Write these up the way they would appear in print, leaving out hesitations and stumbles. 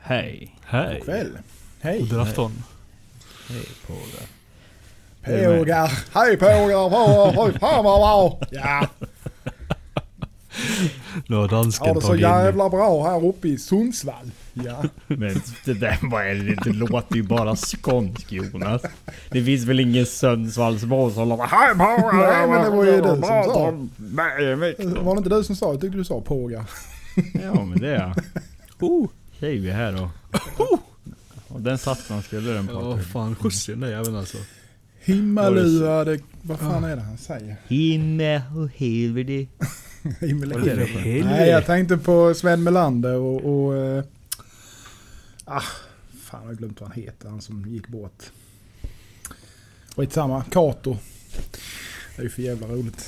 Hej. Hej. God kväll. Hej. God afton. Hej Pågar. Pågar. Hej Pågar. Hej Pågar. Ja. Nu har dansken Ja, det är så tagit in. jävla bra här uppe i Sundsvall. Ja. Men det där det låter ju bara skånsk, Jonas. Det finns väl ingen Sundsvallsbo som låter hej Pågar. Nej, men det var ju du som sa. Nej, Var det inte du som sa? Jag tyckte du sa Pågar. ja, men det är Tjej, vi är här då. Och den satt man skulle den på. Ja, fan, skjuts den där jäveln alltså. Himmelua, vad fan är det han säger? Himmel och helvete. Himmel och Vad är det helvete. för? Nej, jag tänkte på Sven Melander och fan, jag har glömt vad han heter. Han som gick bort. Skitsamma, Kato. Det är ju för jävla roligt.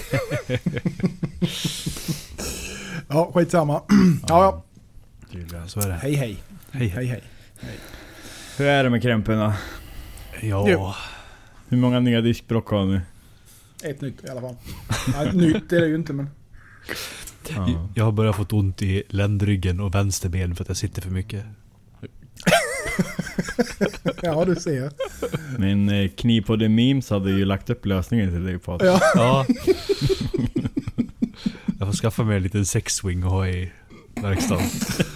Ja, skitsamma. Ja. Så är det. Hej, hej. Hej. Hej, hej. Hur är det med krämporna? Ja. Jo. Hur många nya diskbråck har ni? Ett nytt i alla fall. Nej, nytt är det ju inte, men... Ja. Jag har börjat fått ont i ländryggen och vänsterben för att jag sitter för mycket. Ja, du ser. Men Kniv på the Memes hade ju lagt upp lösningen till dig på. Ja. Ja. Jag får skaffa mig en liten sexswing och ha i verkstaden.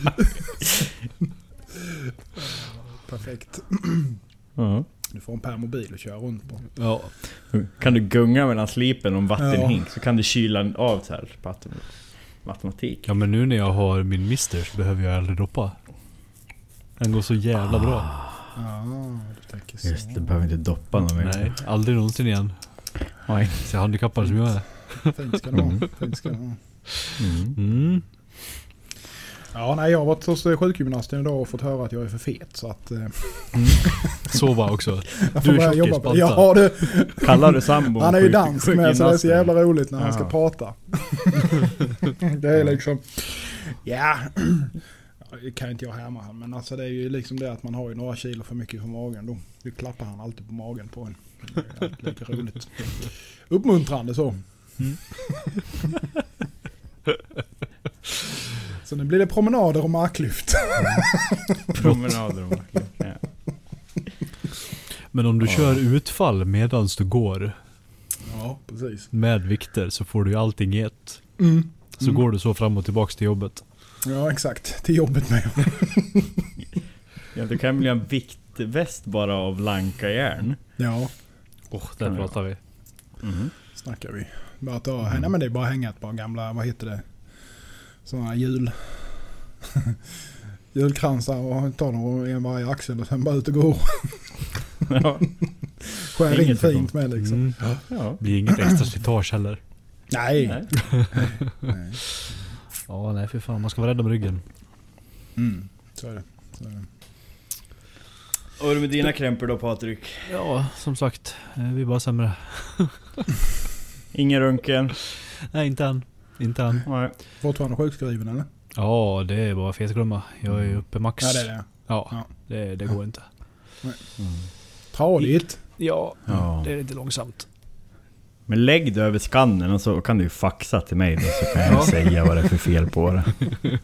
Perfekt. Ja. Du får en permobil och köra runt på. Ja. Kan du gunga mellan slipen och en vattenhink så kan du kyla av så här på matematik. Ja, men nu när jag har min mister så behöver jag aldrig droppa. Den går så jävla bra. Ja, du tänker så. Just det, behöver inte doppa någon mer. Nej, aldrig någonsin igen. Nej. Så jag är handikappad som jag är. Fint ska det vara. Fint ska det vara. Mm. Ja, nej, jag har varit hos sjukgymnasten idag och fått höra att jag är för fet. Så att... Sova också. jag får Du är börja tjockis, jobba på. Banta. Ja, du. Kallar du sambon? Han är ju dansk med, så det är så jävla roligt när han Ja. ska prata. Det är liksom... Ja... Det kan inte jag härma han, men alltså det är ju liksom det att man har ju några kilo för mycket på magen då. Nu klappar han alltid på magen på en. Det är lite roligt. Uppmuntrande så. Så nu blir det promenader och marklyft. Promenader och ja. Men om du kör utfall medans du går Ja, precis. med vikter så får du ju allting i ett. Mm. Så går du så fram och tillbaks till jobbet. Ja, exakt. Till jobbet med. Ja, det kan bli en viktväst bara av lanka järn. Ja, Där pratar vi. snackar vi. Bara ta, nej men det är bara hänga ett par gamla, vad heter det? Sådana julkransar och ta dem i varje axel och sen bara ut och gå. Ja. Skär in Inget fint med liksom. Ja. Blir inget extra slitage heller. Nej. Nej. Nej. Ja, nej för fan. Man ska vara rädd om ryggen. Så är det. Så är det. Och är det med dina krämpor då, Patrik? Ja, som sagt. Vi är bara sämre. Ingen röntgen? Nej, inte än. Inte än. Nej. Fortfarande sjukskriven eller? Ja, det är bara fetglömma. Jag är uppe max. Ja, det är det. Ja, Ja. det går inte. Tradigt. Ja, Ja. det är lite långsamt. Men lägg det över skannen och så kan du ju faxa till mig då, så kan jag säga vad det är för fel på det.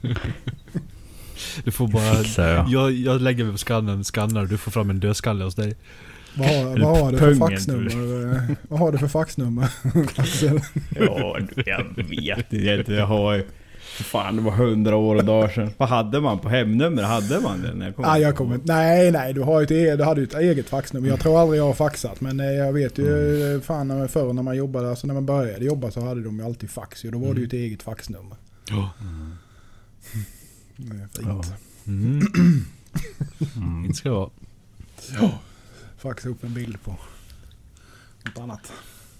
Du får bara... Fixar jag. Jag lägger mig på skannar och du får fram en dödskalle hos dig. Vad har du för pungen, faxnummer? Vad har du för faxnummer? Axel? Ja, jag vet inte. Jag har ju... Fan, det var 100 år och dagar sedan. Vad hade man på hemnummer? Hade man det när jag kom? Jag kommer. Nej, du hade ju ett eget faxnummer. Jag tror aldrig jag har faxat, men jag vet ju fan förr när man jobbade, alltså när man började jobba så hade de ju alltid fax. Och då var det ju ett eget faxnummer. Ja. Det är fint. Inte ska det vara. Ja. Faxa upp en bild på något annat.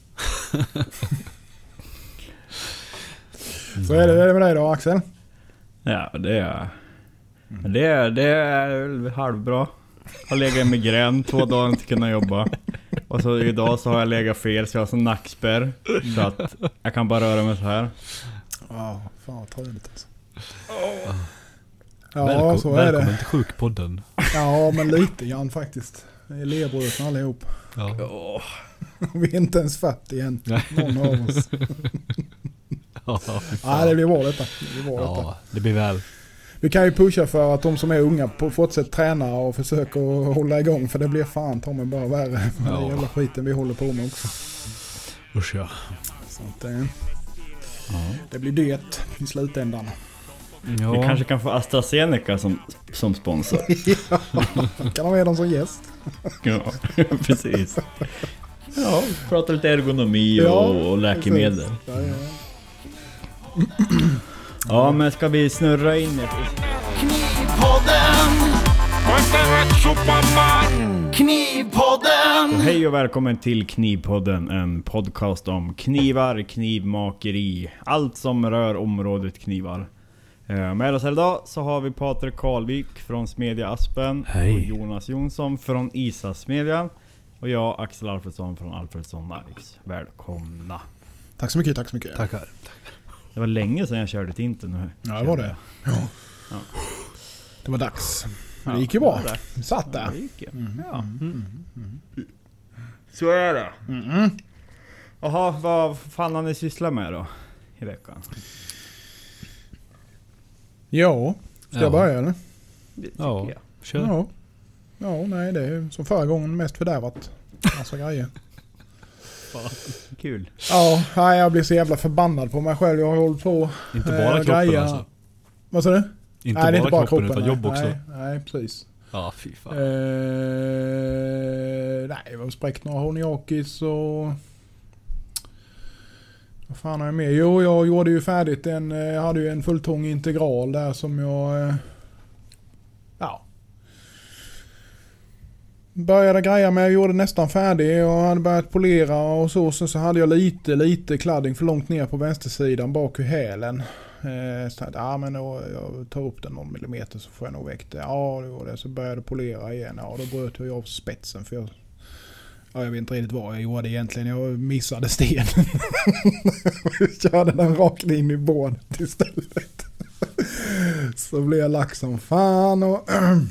Så är det med dig då, Axel? Ja, det är... Men det är väl halvbra. Har legat i migrän 2 dagar inte kunnat jobba. Och så idag så har jag legat fel så jag har sån nackspärr. Så att jag kan bara röra mig så här. Ja, fan vad trevligt alltså. Så är Välkommen det. till sjukpodden. Ja, men lite grann faktiskt. Det är lebröten allihop. Ja. Vi är inte ens fattiga än. Någon av oss. Ja, Nej, det blir bra detta. ja, det blir väl. Vi kan ju pusha för att de som är unga fortsätter träna och försöka hålla igång. För det blir fan ta mig bara värre. Ja. Den jävla skiten vi håller på med också. Usch ja. Så att, det blir dyrt i slutändan. Ja. Vi kanske kan få AstraZeneca som sponsor. Ja, kan de ha dem som gäst? Ja, precis. Ja, prata lite ergonomi och läkemedel. Ja, men ska vi snurra in det? Knivpodden! Hej och välkommen till Knivpodden, en podcast om knivar, knivmakeri, allt som rör området knivar. Med oss idag så har vi Patrik Karlvik från Smedja Aspen. Hej. Och Jonas Jonsson från Isa-smedjan. Och jag, Axel Alfredsson från Alfredsson Knives. Välkomna. Tack så mycket, tack så mycket. Tackar. Det var länge sedan jag körde ett inte nu. Ja, det var det. Ja. Det var dags. Det gick ju bra. Satt där. Så är det. Jaha, vad fan har ni sysslat med då i veckan? Ja, ska jag börja eller? Det tycker jag. Kör. Ja, nej det är som förra gången mest fördärvat. Massa grejer. Kul. Ja, jag blir så jävla förbannad på mig själv. Jag har hållit på. Inte bara kroppen alltså. Vad sa du? Inte bara kroppen utan jobb också. Nej, precis. Ja, fy fan. Nej, jag har spräckt några honiakis och... Vad fan har jag med? Jo, jag gjorde ju färdigt jag hade ju en fulltång integral där som jag... Började greja med, jag gjorde nästan färdig och hade börjat polera och så hade jag lite kladding för långt ner på vänstersidan bak i hälen. Så men då, jag tar upp den någon millimeter så får jag nog väck det. Ja, det gjorde det. Så började jag polera igen. Ja, då bröt jag av spetsen för jag vet inte riktigt vad jag gjorde egentligen. Jag missade sten. Jag körde den rakt in i bordet istället. Så blev jag lack som fan och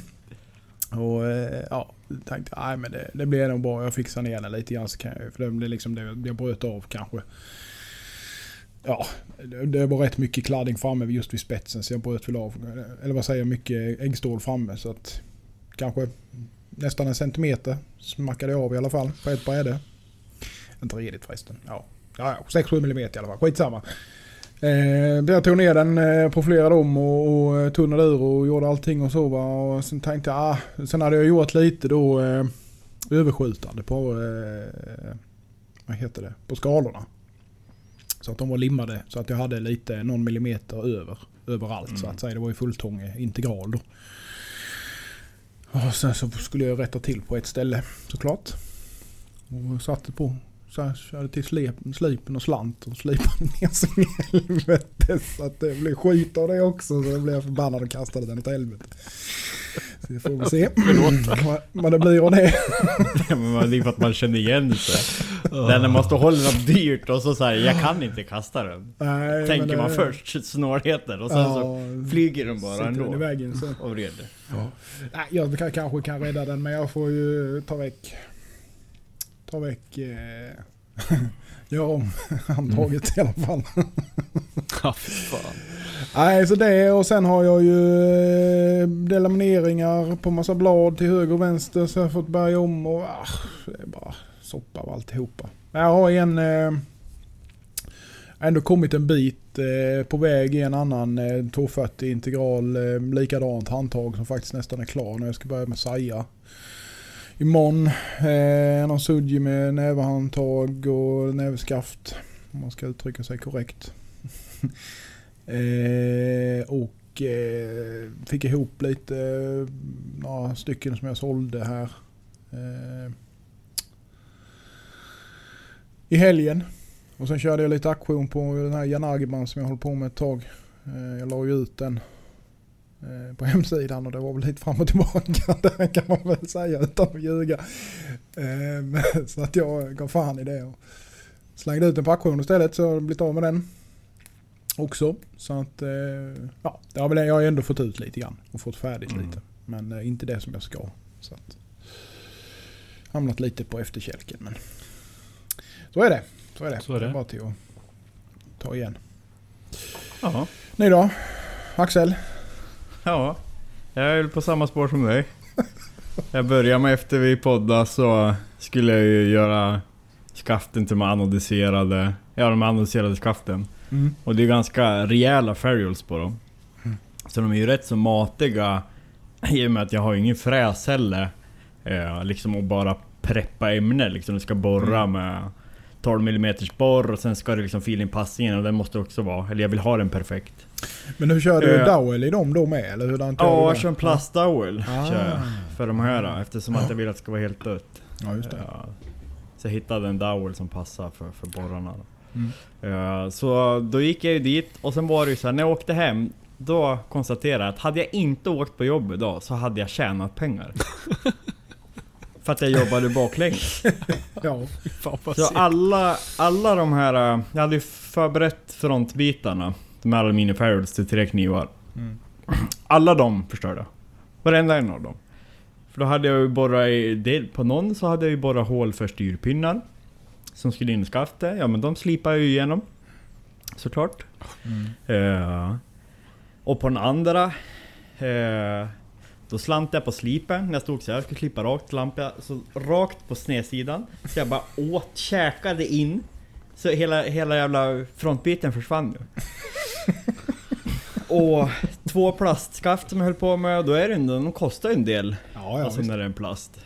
tänkte men det blir nog bra. Jag fixar ner den lite grann så kan jag, för det blir liksom det jag bröt av kanske. Ja, det var rätt mycket kladding framme just vid spetsen så jag bröt väl av, eller vad säger jag, mycket äggstål framme så att kanske nästan 1 centimeter smackade jag av i alla fall på ett bräde. Inte redigt förresten. Ja, 6-7 millimeter i alla fall. Skitsamma. Jag tog ner den på flera om och tunnade ur och gjorde allting och så och sen tänkte jag sen hade jag gjort lite då överskjutande på vad heter det, på skalorna så att de var limmade så att jag hade lite någon millimeter överallt så att säga. Det var ju fulltång integral då. Och sen så skulle jag rätta till på ett ställe såklart och satte på. Så jag körde till slipen och slant och slipade ner som i helvete så att det blev skit av det också så jag blev förbannad och kastade den åt helvete. Så det får vi se vad det blir av det. Men det är för att man känner igen sig. Den måste hålla något dyrt och så säger jag kan inte kasta den. Nej, tänker man först snårheter och sen så flyger den bara ändå. I vägen, så. Och vreder. Ja. Nej, jag kanske kan rädda den men jag får ju ta väck gör om handtaget i alla fall. Ja, fy fan. Nej, så det och sen har jag ju delamineringar på massa blad till höger och vänster så jag har fått börja om och det är bara soppa av alltihopa. Jag har ändå kommit en bit på väg i en annan 240 integral likadant handtag som faktiskt nästan är klar när jag ska börja med Saja. Imorgon någon sudji med näverhandtag och nävskaft om man ska uttrycka sig korrekt. Och fick ihop lite några stycken som jag sålde här i helgen. Och sen körde jag lite aktion på den här Yanagiban som jag håller på med ett tag. Jag la ju ut den på hemsidan och det var väl lite fram och tillbaka där kan man väl säga utan att ljuga. Så att jag gav fan i det och slängde ut den på aktion istället så har jag blivit av med den också. Så att det har väl jag ändå fått ut lite grann och fått färdigt lite. Men inte det som jag ska. Så att hamnat lite på efterkälken men så är det. Det är bara till att ta igen. Ja. Ni då? Axel? Ja, jag är på samma spår som dig. Jag började med efter vi poddade så skulle jag ju göra skaften till de anodiserade skaften. Och det är ganska rejäla ferrules på dem. Så de är ju rätt så matiga i och med att jag har ju ingen fräs heller. Liksom att bara preppa ämne. Liksom du ska borra med 12 mm borr och sen ska det liksom fila in passningen och den måste också vara, eller jag vill ha den perfekt. Men hur kör du dowel i dem då med? Eller hur Ja, jag kör en plastdowel för de här eftersom att jag vill att det ska vara helt dött. Ja, just det. Så jag hittade en dowel som passar för borrarna. Så då gick jag ju dit och sen var det ju så här, när jag åkte hem då konstaterade jag att hade jag inte åkt på jobb idag så hade jag tjänat pengar. För att jag jobbade baklänges. Ja. Så alla de här, jag hade ju förberett frontbitarna, de här aluminiumferrules till 3 knivar. Alla de förstörde. Varenda en av dem. För då hade jag ju borrat på någon så hade jag ju borrat hål för styrpinnar som skulle in i skaftet. Ja, men de slipar jag ju igenom. Såklart. Och på den andra då slant jag på slipen när jag stod så här, jag skulle klippa rakt, lampade så rakt på snedsidan. Så jag bara käkade in. Så hela jävla frontbiten försvann ju. Och 2 plastskaft som jag höll på med, då är det ändå, de kostar en del. Ja, alltså när det är en plast.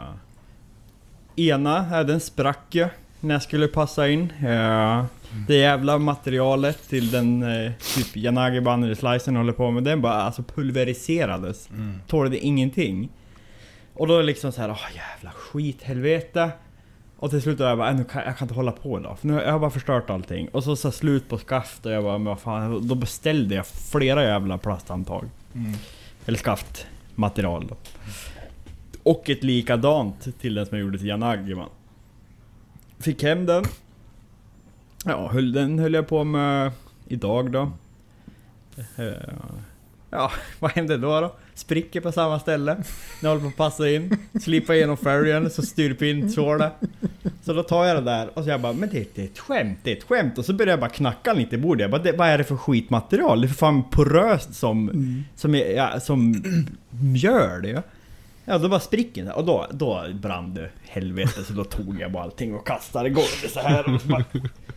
Ena, den sprack ju när jag skulle passa in. Det jävla materialet till den typ Yanagi Banner slicen håller på med, den bara alltså pulveriserades. Tålde ingenting. Och då är det liksom så här, jävla skit, helvete. Och till slut då jag bara, jag kan inte hålla på då. För nu har jag bara förstört allting. Och så slut på skaft och jag bara, men vad fan. Då beställde jag flera jävla plasthandtag. Eller skaftmaterial då. Och ett likadant till den som jag gjorde till Yanagi, man. Fick hem den. Ja, den höll jag på med idag då. Ja, vad hände då? Spricker på samma ställe. När jag håller på att passa in. Slipa igenom färgen så styrpinn så det. Så då tar jag det där och så jag bara, men det är ett skämt. Och så börjar jag bara knacka lite i bordet. Jag bara, vad är det för skitmaterial? Det är för fan poröst som mjöl det. Ja, då bara spricken och då brann det helvete. Så då tog jag bara allting och kastade igång det så här. Och så bara...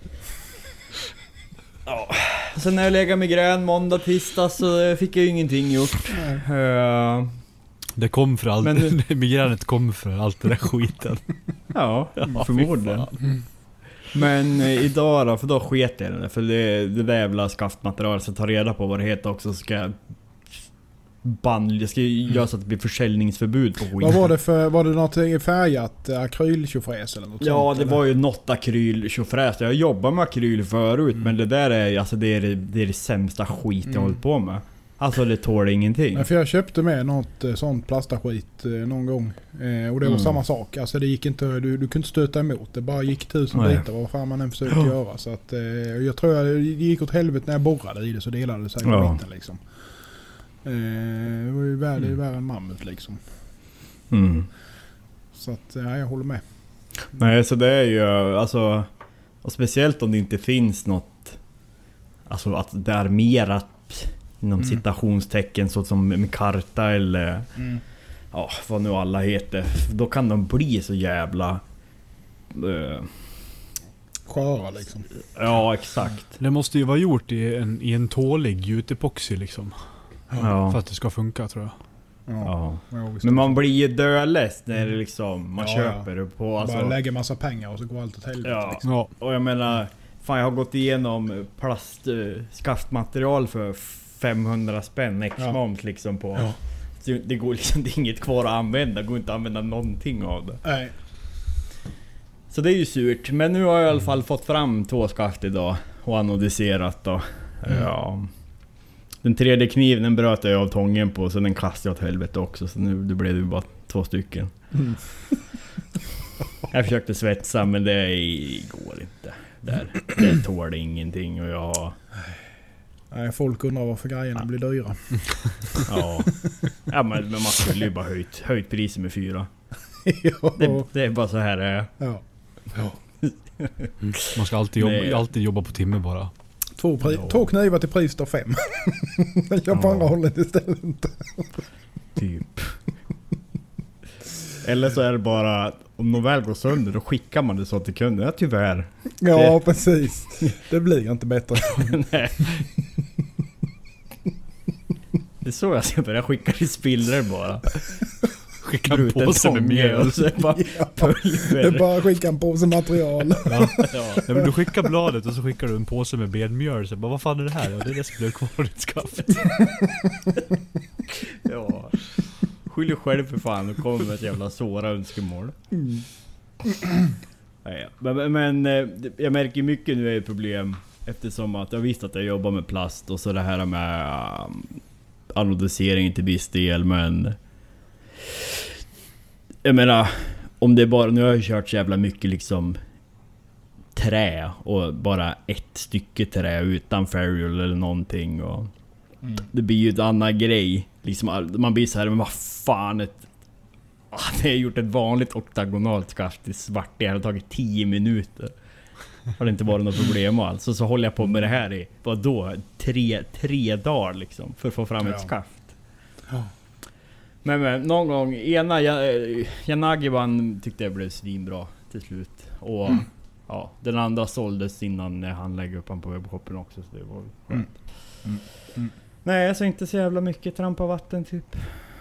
Ja. Sen när jag lägger migrän måndag, tisdag så fick jag ju ingenting gjort. Det kom för allt. Men migränet kom för allt det där skiten. Ja, förmodligen. Men idag då, för då sket jag det. För det där jävla skaftmaterial så ta reda på vad det heter också, så ska jag jag ska göra så att det blir försäljningsförbud på skiten. Vad var det något färgat akryltjofräs eller något ja, sånt? Det var ju något akryltjofräs. Jag jobbar med akryl förut, men det där är alltså det är det sämsta skit jag hållit på med. Alltså det tål ingenting. Ja, för jag köpte med något sånt plastaskit någon gång. Och det var samma sak. Alltså det gick inte, du kunde inte stöta emot. Det bara gick 1000 bitar vad fan man än försökte göra. Så att, jag tror det gick åt helvete när jag borrade i det, så delade det sig i mitten liksom. Det var ju värre än mammut liksom. Så att jag håller med. Nej, så det är ju alltså, och speciellt om det inte finns något, alltså att det är armerat inom citationstecken så som med karta eller ja, vad nu alla heter, då kan de bli så jävla sköra liksom. Ja, exakt. Det måste ju vara gjort i en tålig gjutepoxy liksom. Ja. För att det ska funka, tror jag. Ja. Men man blir ju dödless när det liksom man köper det på, alltså, bara lägger massa pengar och så går allt åt helvete liksom. Ja. Och jag menar, fan, jag har gått igenom plastskaftmaterial för 500 spänn ex-moms liksom på. Ja. Det går liksom, det är inget kvar att använda. Det går inte att använda någonting av det. Nej. Så det är ju surt. Men nu har jag i alla fall fått fram 2 skaft idag och anodiserat då. Ja. Den 3:e kniven, den bröt jag av tången på, så den kastade jag åt helvete också. Så nu det blev det bara 2 stycken. Jag försökte svetsa, men det går inte. Det tål ingenting och jag... Nej, folk undrar varför grejerna blir dyra. Ja, men man skulle ju bara höjt priset med 4. Det är bara så här. Ja. Man ska alltid jobba på timme bara. Två knivar till pris av 5. Jag på andra hållet istället. Typ. Eller så är det bara, om de väl går sönder, då skickar man det så till kunden. Ja, tyvärr. Ja, precis. Det blir inte bättre. Nej. Det är så jag ska börja skicka till spillror bara. Skicka en påse med mjöl. Ja, det är bara att skicka en påse material. Ja. Ja, men du skickar bladet och så skickar du en påse med benmjöl. Så bara, vad fan är det här? Ja, det är det som blev kvar i ditt skaft. Ja. Skyll dig själv för fan och kommer med ett jävla såra önskemål. Nej, men jag märker mycket nu är ett problem. Eftersom att jag visste att jag jobbar med plast och så det här med anodisering till viss del, men jag menar, om det är bara, nu har jag kört så jävla mycket liksom trä och bara ett stycke trä utan ferrule eller någonting och det blir ju en annan grej liksom, man blir så här, men vad fan det har gjort ett vanligt oktagonalt skaft i svart, det har tagit 10 minuter. Har det inte varit något problem alls. Så håller jag på med det här i, vadå, 3 dagar liksom, för att få fram ett skaft. Ja. Men någon gång, ena Yanagiban tyckte jag blev svinbra till slut. Och ja, den andra såldes innan han lägger upp han på webbshoppen också, så det var skönt. Nej, jag så inte så jävla mycket trampa vatten typ.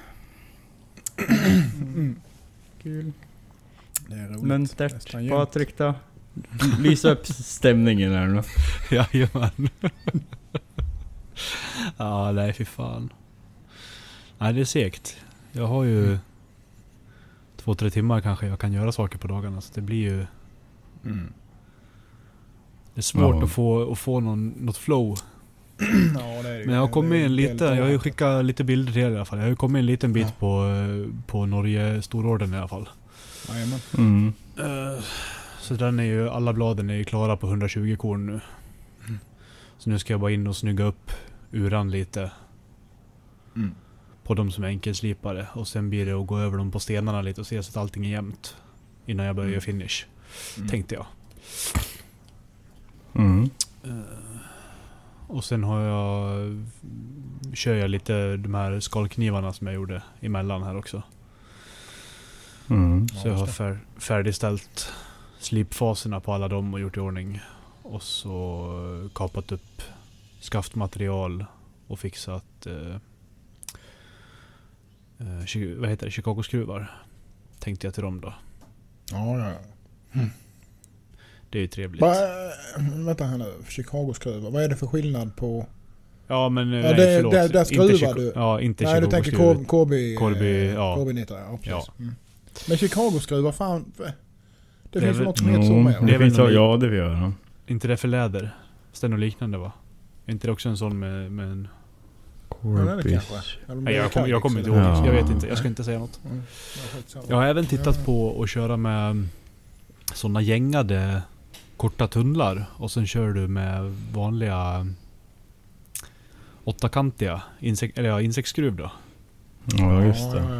Kul. Det är roligt. Muntert, Patrik då? Lysa upp stämningen här nu. Jajamän. Ja, nej fy fan. Nej, det är segt. Jag har ju 2-3 timmar kanske jag kan göra saker på dagarna, så det blir ju det är svårt att få något flow. Ja, det är det. Men jag har kommit en liten, jag har ju skickat lite bilder till er i alla fall. Jag har ju kommit en liten bit på Norge stororden i alla fall. Jajamän. Så den är ju, alla bladen är ju klara på 120 korn nu. Så nu ska jag bara in och snygga upp uran lite. På de som är enkelslipare. Och sen blir det att gå över dem på stenarna lite och se så att allting är jämnt. Innan jag börjar finish. Tänkte jag. Och sen kör jag lite de här skalknivarna som jag gjorde emellan här också. Så jag har färdigställt slipfaserna på alla dem och gjort i ordning. Och så kapat upp skaftmaterial och fixat vad heter det? Chicago-skruvar. Tänkte jag till dem då. Ja. Det är ju trevligt. Vänta här nu. Chicago-skruvar. Vad är det för skillnad på... Ja, men ja, där skruvar du. Ja, inte nej, Chicago. Nej, du tänker Corby, ja. Corby-nitar, ja, precis. Ja. Men Chicago-skruvar, fan... Det finns väl något som heter så med. Det finns så, ja, det vi gör. Inte det för läder. Ständ och liknande, va? Är inte det också en sån med en... Corby. Nej, jag kommer inte ihåg. Ja. Jag vet inte. Jag ska inte säga något. Jag har även tittat på att köra med såna gängade korta tunnlar. Och sen kör du med vanliga 8-kantiga insektsskruv då. Ja, just det.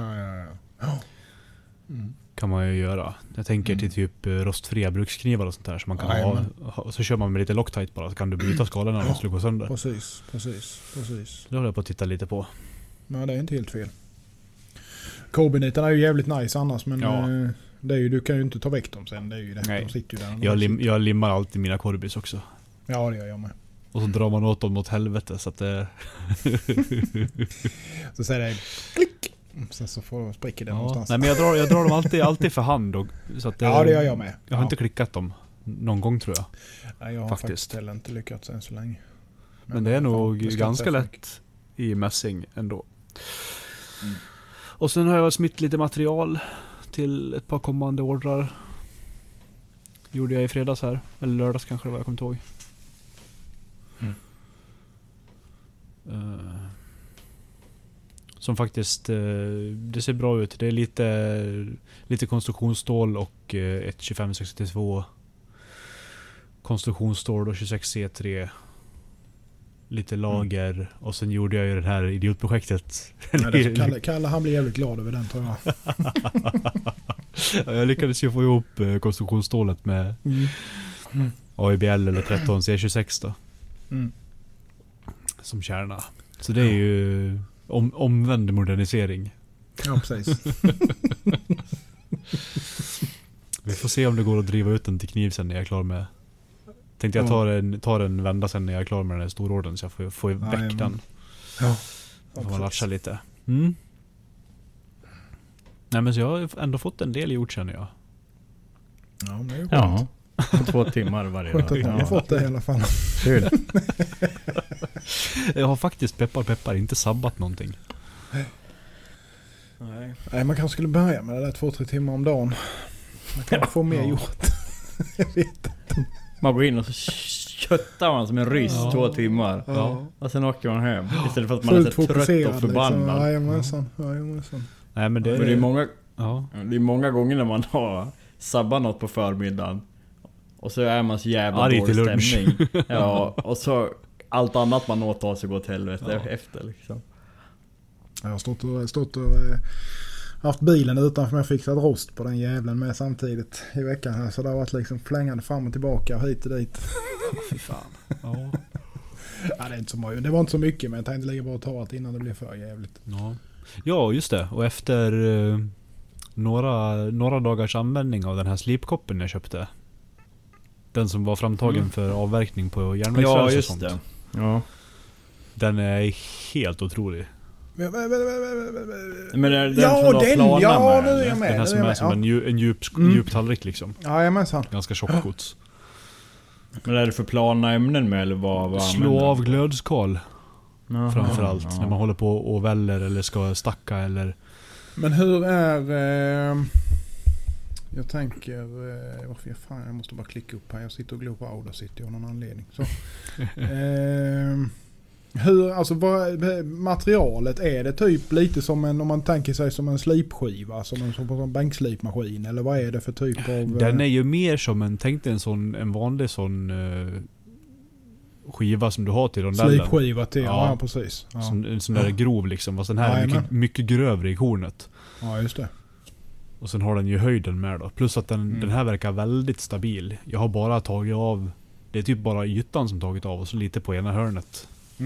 Kan man ju göra. Jag tänker till typ rostfria bruksknivar och sånt där som man kan ha. Så kör man med lite Loctite bara, så kan du bryta skalorna och slå sönder. Precis. Det håller jag på att titta lite på. Nej, det är inte helt fel. Corby-nitarna är ju jävligt nice annars, men det är ju, du kan ju inte ta väck dem sen. Det är ju det. De sitter ju där. Jag limmar alltid mina Corbys också. Ja, det gör jag med. Och så drar man åt dem åt helvete så att det... Så säger det klick. Sen så spricker det någonstans. Nej, men jag drar dem alltid för hand. Så att det gör jag med. Jag har inte klickat dem någon gång, tror jag. Nej, jag har faktiskt heller inte lyckats än så länge. Men det är nog ganska lätt i mässing ändå. Och sen har jag smitt lite material till ett par kommande ordrar. Gjorde jag i fredags här. Eller lördags kanske det var, jag kommer inte ihåg. Som faktiskt det ser bra ut. Det är lite konstruktionsstål och ett 2562 konstruktionsstål och 26C3 lite lager och sen gjorde jag ju det här idiotprojektet. Kalle han blir jävligt glad över den, tror jag. Jag lyckades ju få ihop konstruktionsstålet med AIBL eller 13 C26 då. som kärna. Så det är ju omvänd modernisering. Ja, precis. Vi får se om det går att driva ut den till kniv sen när jag är klar med. Tänkte jag tar en vända sen när jag är klar med den här stororden så jag får väck den. Ja. Så får man latcha lite. Nej men så jag har ändå fått en del gjort känner jag. Ja, men det är ju Ja. 2 timmar varje dag. skönt att jag har fått det i alla fall. Kul. Jag har faktiskt peppar inte sabbat någonting. Nej, man kanske skulle börja med det där 2-3 timmar om dagen. Man kan få mer gjort. Jag vet inte. Man går in och så köttar man som en ryss 2 timmar. Ja. Och sen åker man hem. Istället för att man är så trött och förbannad. Jajamensan. Nej men Det är många gånger när man har sabbat något på förmiddagen. Och så är man så jävla dålig stämning. Ja, och så allt annat man åt av sig går till helvete efter liksom. Jag har stått och haft bilen utanför mig och fixat rost på den jävlen med samtidigt i veckan här. Så det har varit liksom flängande fram och tillbaka och hit och dit. Fy fan. Ja. Ja, det är inte så mycket. Det var inte så mycket men jag tänkte ligga bara och ta det innan det blir för jävligt. Ja, just det. Och efter några dagars användning av den här slipkoppen jag köpte. Den som var framtagen för avverkning på järnvägsräls och sånt. Det. Ja. Den är helt otrolig. Men är det den som du har planer med? Den här som är som en djup tallrik liksom. Ja, jamensan. Ganska tjock gods. Men är det för plana ämnen med eller vad slå av glödskal. Framförallt när man håller på och väller eller ska stacka eller... Men hur är... jag tänker... varför fan, jag måste bara klicka upp här. Jag sitter och glor på Audacity av någon anledning. Så. Hur, alltså materialet, är det typ lite som en, om man tänker sig som en slipskiva, som en bänkslipmaskin, eller vad är det för typ av... Den är ju mer som en vanlig sån skiva som du har till rondellen. Slipskiva till, ja precis. Ja. En sån där grov liksom, fast den här är mycket grövre i kornet. Ja, just det. Och sen har den ju höjden med då. Plus att den här verkar väldigt stabil. Jag har bara tagit av, det är typ bara ytan som tagit av och så lite på ena hörnet.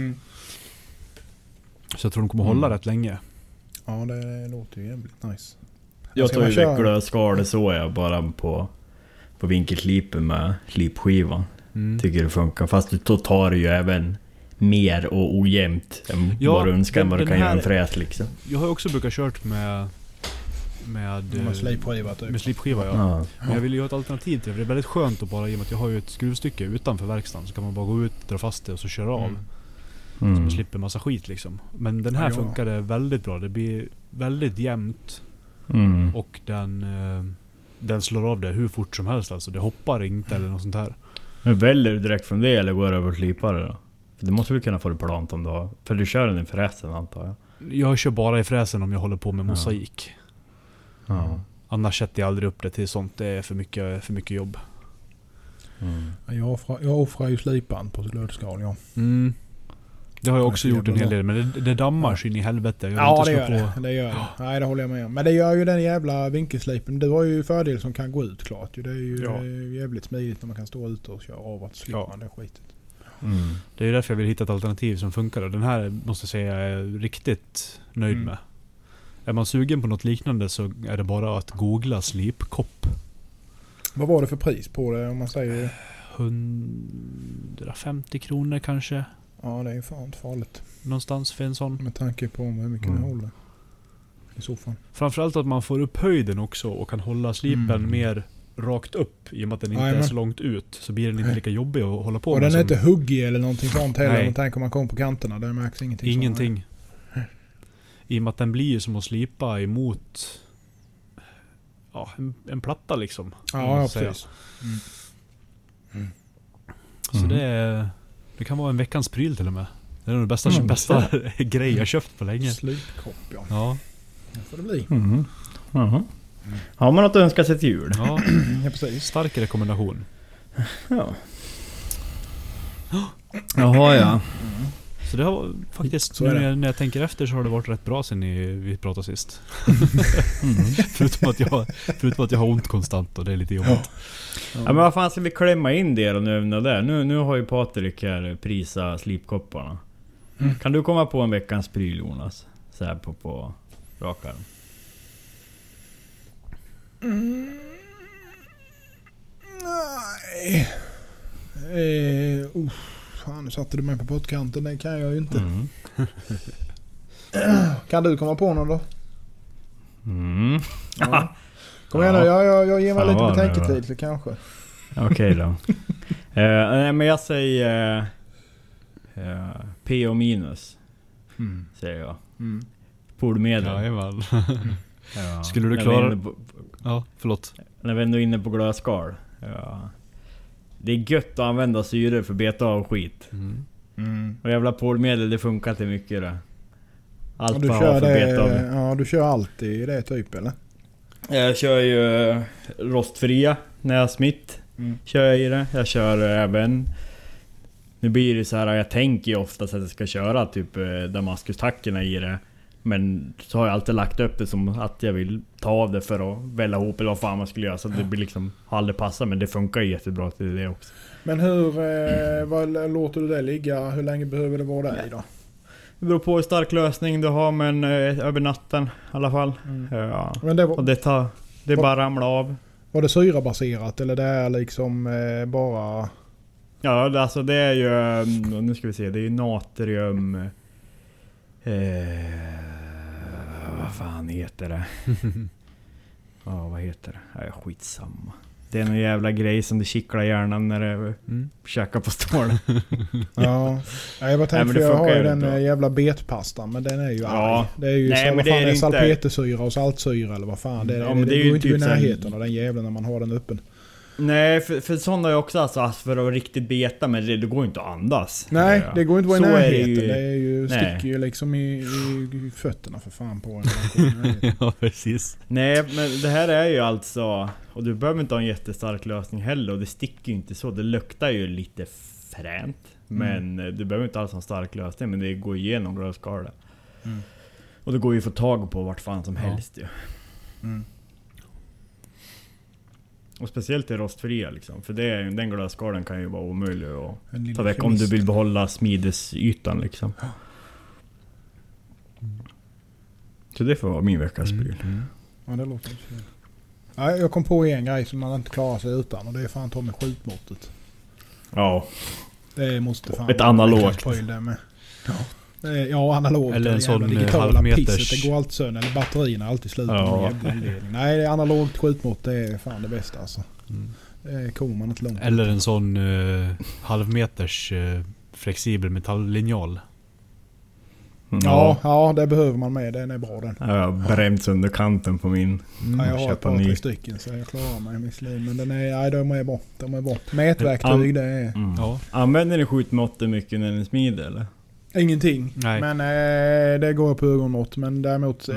Så jag tror de kommer hålla rätt länge. Ja, det låter ju jävligt nice. Jag tar ju glödskal, så är jag bara på vinkelslipen med slipskivan. Tycker det funkar. Fast du tar ju även mer och ojämnt än vad du önskar än vad du kan göra en fräs liksom. Jag har också brukat kört med slipskiva typ. Med slipskiva, ja. Men jag vill ju ha ett alternativ till det. Det är väldigt skönt att bara, i och med att jag har ju ett skruvstycke utanför verkstaden, så kan man bara gå ut, dra fast det och så köra av. Så man slipper massa skit liksom. Men den här funkade väldigt bra. Det blir väldigt jämnt. Och den slår av det hur fort som helst. Alltså det hoppar inte eller något sånt här. Men väljer du direkt från det eller går över och slipar det då? För det måste du kunna få det plant om du har. För du kör den i fräsen antar jag. Jag kör bara i fräsen om jag håller på med mosaik. Annars sätter jag aldrig upp det till sånt. Det är för mycket jobb. Jag offrar ju slipan på glödskal, ja. Det har jag också gjort en hel del, men det dammar sig in i helvete. Det gör det. Nej, det håller jag med om. Men det gör ju den jävla vinkelslipen. Det var ju fördel som kan gå ut klart. Det är ju jävligt smidigt när man kan stå ute och köra av att slippa det skitet. Det är ju därför jag vill hitta ett alternativ som funkar. Och den här måste jag säga jag är riktigt nöjd med. Är man sugen på något liknande så är det bara att googla slipkopp. Vad var det för pris på det om man säger? 150 kronor kanske. Ja, det är ju fan farligt. Någonstans för en sån. Med tanke på hur mycket det håller i soffan. Framförallt att man får upp höjden också och kan hålla slipen mer rakt upp i och med att den inte är så långt ut. Så blir den inte lika jobbig att hålla på och med. Och den är inte huggig eller någonting sånt heller. Man tänker om man kommer på kanterna. Där märks ingenting. Ingenting. I och med att den blir som att slipa emot en platta liksom. Ja, precis. Så det kan vara en veckans pryl till och med. Det är nog det bästa grej jag köpt på länge. Slipkopp, ja. Det får det bli. Har man något att önska sig till jul? Ja, precis. Stark rekommendation. Ja. Jaha, ja. Så det har faktiskt, Så är det. när jag tänker efter så har det varit rätt bra sen vi pratade sist. förutom att jag har ont konstant och det är lite jobbigt. Ja, men vad fan ska vi klämma in det och nu där? Nu har ju Patrik här prisa slipkopparna. Kan du komma på en veckans pryl, Jonas? Så här på rak arm. Nej. Fan, nu satte du mig på pottkanten. Det kan jag ju inte. Kan du komma på någon då? Ja. Kom igen då, jag ger mig lite betänketid så kanske. Okej då. Men jag säger P och minus. Säger jag. Polmedel. Jajamän. Ja. Skulle du klara... Ja, förlåt. När vi ändå är inne på glödskal. Ja. Det är gött att använda syre för att beta av skit. Och jävla polmedel, det funkar inte mycket det. Allt du för kör att beta av. Ja, du kör alltid det typ eller? Jag kör ju rostfria när jag smitt. Kör jag i det. Jag kör även... Nu blir det så här, jag tänker ju oftast att jag ska köra typ Damaskus-tackorna i det. Men så har jag alltid lagt upp det som att jag vill ta av det för att välja ihop eller vad fan man skulle göra. Så det blir liksom, har aldrig passat, men det funkar ju jättebra till det också. Men vad låter du det ligga? Hur länge behöver det vara där i då? Det beror på hur stark lösning du har, men över natten i alla fall. Ja. Men det var, och det bara ramlar av. Var det syrabaserat eller det är liksom bara... Ja, alltså det är ju... Nu ska vi se, det är ju natrium... vad fan heter det? Vad heter det? Ja, skitsamma. Det är en jävla grej som det kittlar hjärnan när det käkar på stål. Ja, jag bara tänkte, jag har ju den jävla betpastan, men den är ju arg. Det är ju salpetersyra och saltsyra eller vad fan. Det går inte typ i närheten av den jävla när man har den öppen. Nej, för sånt har jag också alltså för att riktigt beta, men det går inte att andas. Nej, det går inte att vara i närheten. Det är ju, sticker ju liksom i fötterna för fan på en. Ja, precis. Nej, men det här är ju alltså... Och du behöver inte ha en jättestark lösning heller. Och det sticker ju inte så. Det luktar ju lite fränt. Men du behöver inte alls ha en stark lösning. Men det går igenom glödskalet. Och det går ju att få tag på vart fan som helst ju. Och speciellt i rostfria liksom. För den glödskalen kan ju vara omöjlig att ta väck om du vill behålla smidesytan liksom. Så det får vara min veckas pryl. Ja, det låter inte fel. Ja, jag kom på en grej som man inte klarar sig utan. Och det är fan ta med skjutmåttet. Ja. Det måste fan ett analogt. Ja, analogt. Eller en sån halvmeters. Det går alltid sönder. Eller batterierna är alltid slut. Nej, analogt skjutmått, det är fan det bästa alltså. Det kommer man inte långt. Eller en sån halvmeters flexibel metalllinjal. Ja, det behöver man med. Den är bra den. Jag har bränt under kanten på min. Ja, jag har ett par 3 stycken så jag klarar mig med slim. Men de är bra. Mätverktyg det är. Ja. Använder ni skjutmåttet mycket när ni smider eller? Ingenting. Nej. Men det går på ögonmått. Men däremot,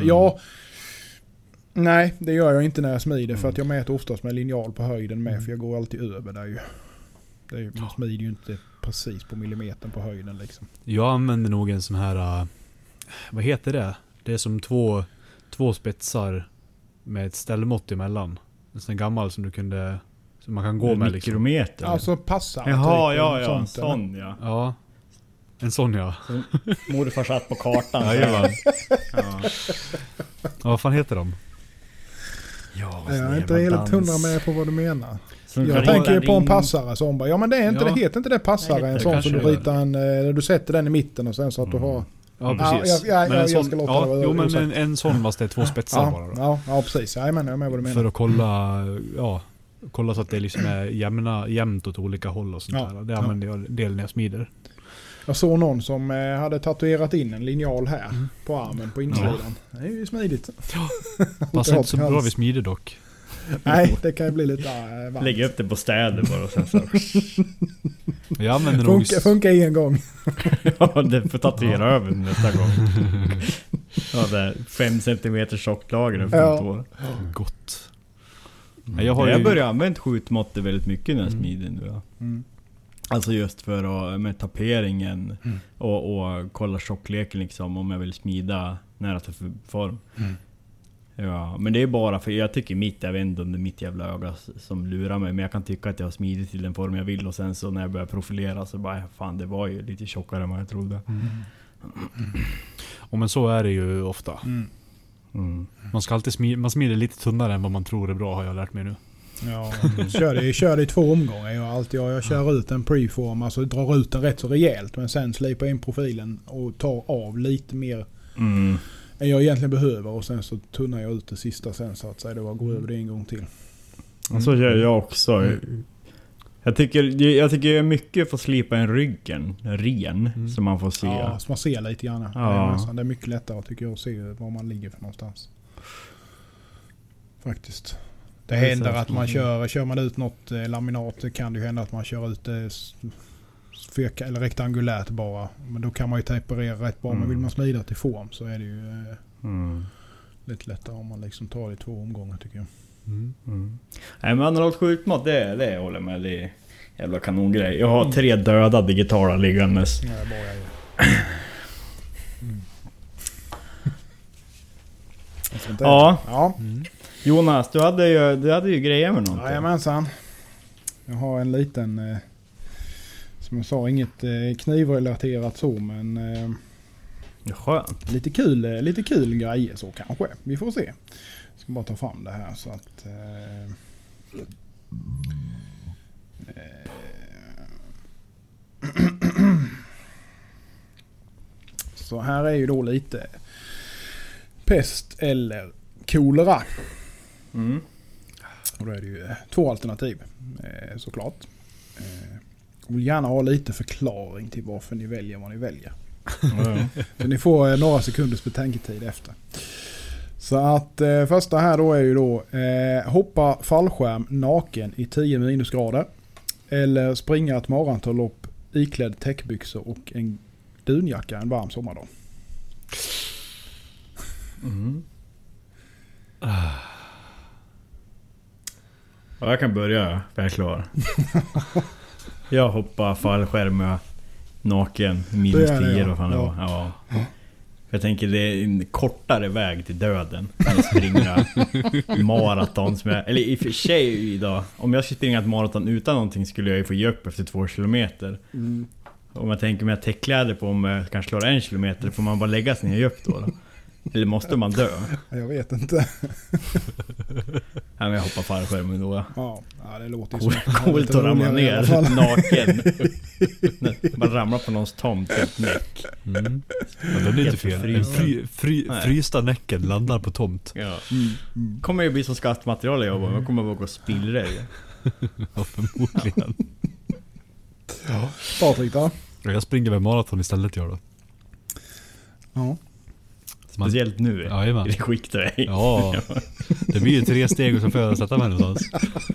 nej, det gör jag inte när jag smider. För att jag mäter oftast med linjal på höjden med. För jag går alltid över där ju. Man smider ju inte precis på millimetern på höjden liksom. Jag använder nog en sån här... vad heter det? Det är som två spetsar med ett ställmått emellan. En sån gammal som du kunde... Som man kan gå med liksom. Mikrometer? Alltså passar. Jaha, ja. Sån ja. Ja. En sån ja. Morfar satt på kartan. Ja, vad fan heter de? Ja, jag är inte helt 100 med på vad du menar. Jag tänker ju på en passare som bara, men det är inte, det heter inte det passare. En sån som du ritar du sätter den i mitten och sen så att du har... Ja, precis. Men en sån fast det är 2 spetsar bara då. Ja, precis. Jag är med vad du menar. För att kolla så att det liksom är jämnt åt olika håll och sånt där. Det använder jag del när jag smider. Jag såg någon som hade tatuerat in en linjal här på armen på insidan. Det är ju smidigt. Passar inte så bra vid smider dock. Nej, det kan ju bli lite varmt. Lägga upp det på städer bara och sen så. Funkar en gång. Ja, det får tatuera över nästa gång. Ja, det är 5 centimeter tjocklager för ett år. Gott. Jag börjar använda skjutmåttet väldigt mycket när jag smider nu. Alltså just för att med taperingen och kolla tjockleken liksom, om jag vill smida nära till form. Ja, men det är bara för jag tycker jag vet inte om det är mitt jävla öga som lurar mig, men jag kan tycka att jag har smidit till den form jag vill, och sen så när jag börjar profilera så bara fan, det var ju lite tjockare än vad jag trodde. Och men så är det ju ofta. Man ska alltid man smider lite tunnare än vad man tror är bra, har jag lärt mig nu. Ja, kör det i 2 omgångar. Jag kör ut en preform, alltså drar ut den rätt så rejält, men sen slipar in profilen och tar av lite mer än jag egentligen behöver, och sen så tunnar jag ut det sista sen, så att säga, det var gå över det en gång till. Så gör jag också. Jag tycker mycket för att slipa en ryggen ren, så man får se. Ja, så man ser lite grann. Ja. Det är mycket lättare tycker jag att se var man ligger för någonstans. Faktiskt. Det händer att man kör man ut något laminat, det kan det ju hända att man kör ut det eller rektangulärt bara. Men då kan man ju temperera rätt bra. Men vill man smida till form så är det ju lite lättare om man liksom tar det i 2 omgångar, tycker jag. Nej, men analogt skjutmat, det håller med. Det är jävla kanongrej. Jag har 3 döda digitala liggandes. Ja, bara jag ja. Jonas, du hade ju grejer med någonting. Jajamensan. Jag har en liten, som jag sa, inget knivrelaterat så, men skönt. lite kul grejer så kanske. Vi får se. Jag ska bara ta fram det här så att så här är ju då lite pest eller kolera. Och då är det ju 2 alternativ såklart. Jag vill gärna ha lite förklaring till varför ni väljer vad ni väljer. Så ni får några sekunders betänketid efter. Så att första här då är ju då hoppa fallskärm naken i 10 minusgrader, eller springa ett maratonlopp iklädd täckbyxor och en dunjacka en varm sommardag. Ja, jag kan börja, för jag är klar. Jag hoppar fallskärm naken minus 10 vad fan det var. Ja. Jag tänker det är en kortare väg till döden än att springa maraton som eller i och för sig idag, om jag skulle springa ett maraton utan någonting skulle jag ju få ge upp efter 2 kilometer. Om jag tänker med täckkläder på, om jag kanske slår 1 kilometer, får man bara lägga sig ner och ge upp då? Eller måste man dö? Jag vet inte. Ja, men jag hoppar fallskärmen då. Ja, det låter ju coolt att ramla ner naken. Man ramlar på någons tomt helt näck. Ja, det är lite fel. Frysta näcken landar på tomt. Ja. Kommer ju bli som skattmaterial jag jobbar. Man kommer bara gå och spillra i. Ja, förmodligen. Patrik då? Jag springer med maraton istället, jag då. Ja. Speciellt nu. Ja, det skiktar dig. Ja. Det blir ju 3 steg och så får jag sätta mig någonstans.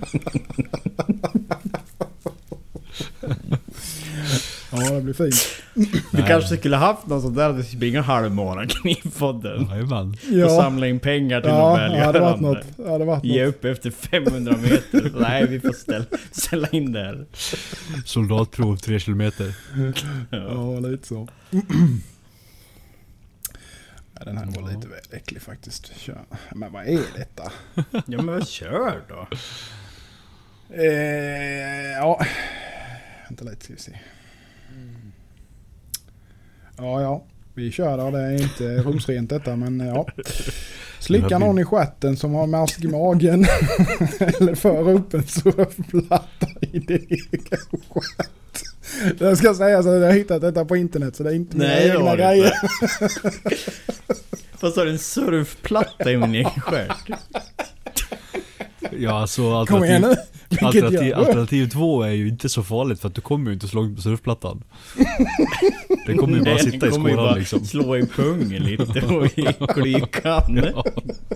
Ja, det blir fint. Vi kanske skulle haft någon sån där att vi springer halvmaran knivpodden. Jajamän. Och samla in pengar till någon välgörande. Ja, det varit något. Ge upp efter 500 meter. Nej, vi får ställa in det här. Soldatprov 3 kilometer. Ja, lite så. Ja, den här var lite väl äcklig faktiskt. Men vad är detta? Ja, men kör då. Ja. Vänta lite, ska vi se. Ja. Vi kör då. Det är inte rumsrent detta, men ja. Slicka någon i stjärten som har mask i magen. Eller för upp en surfplatta i din egen stjärt. Jag ska säga så att jag har hittat detta på internet, så det är inte mina egna grejer. Fast har du en surfplatta i min egen stjärt? Ja, så alternativ 2 är ju inte så farligt, för att du kommer ju inte slå på surfplattan. Det kommer ju bara sitta i skåran liksom. Slå i pungen lite och i klykan. Ja.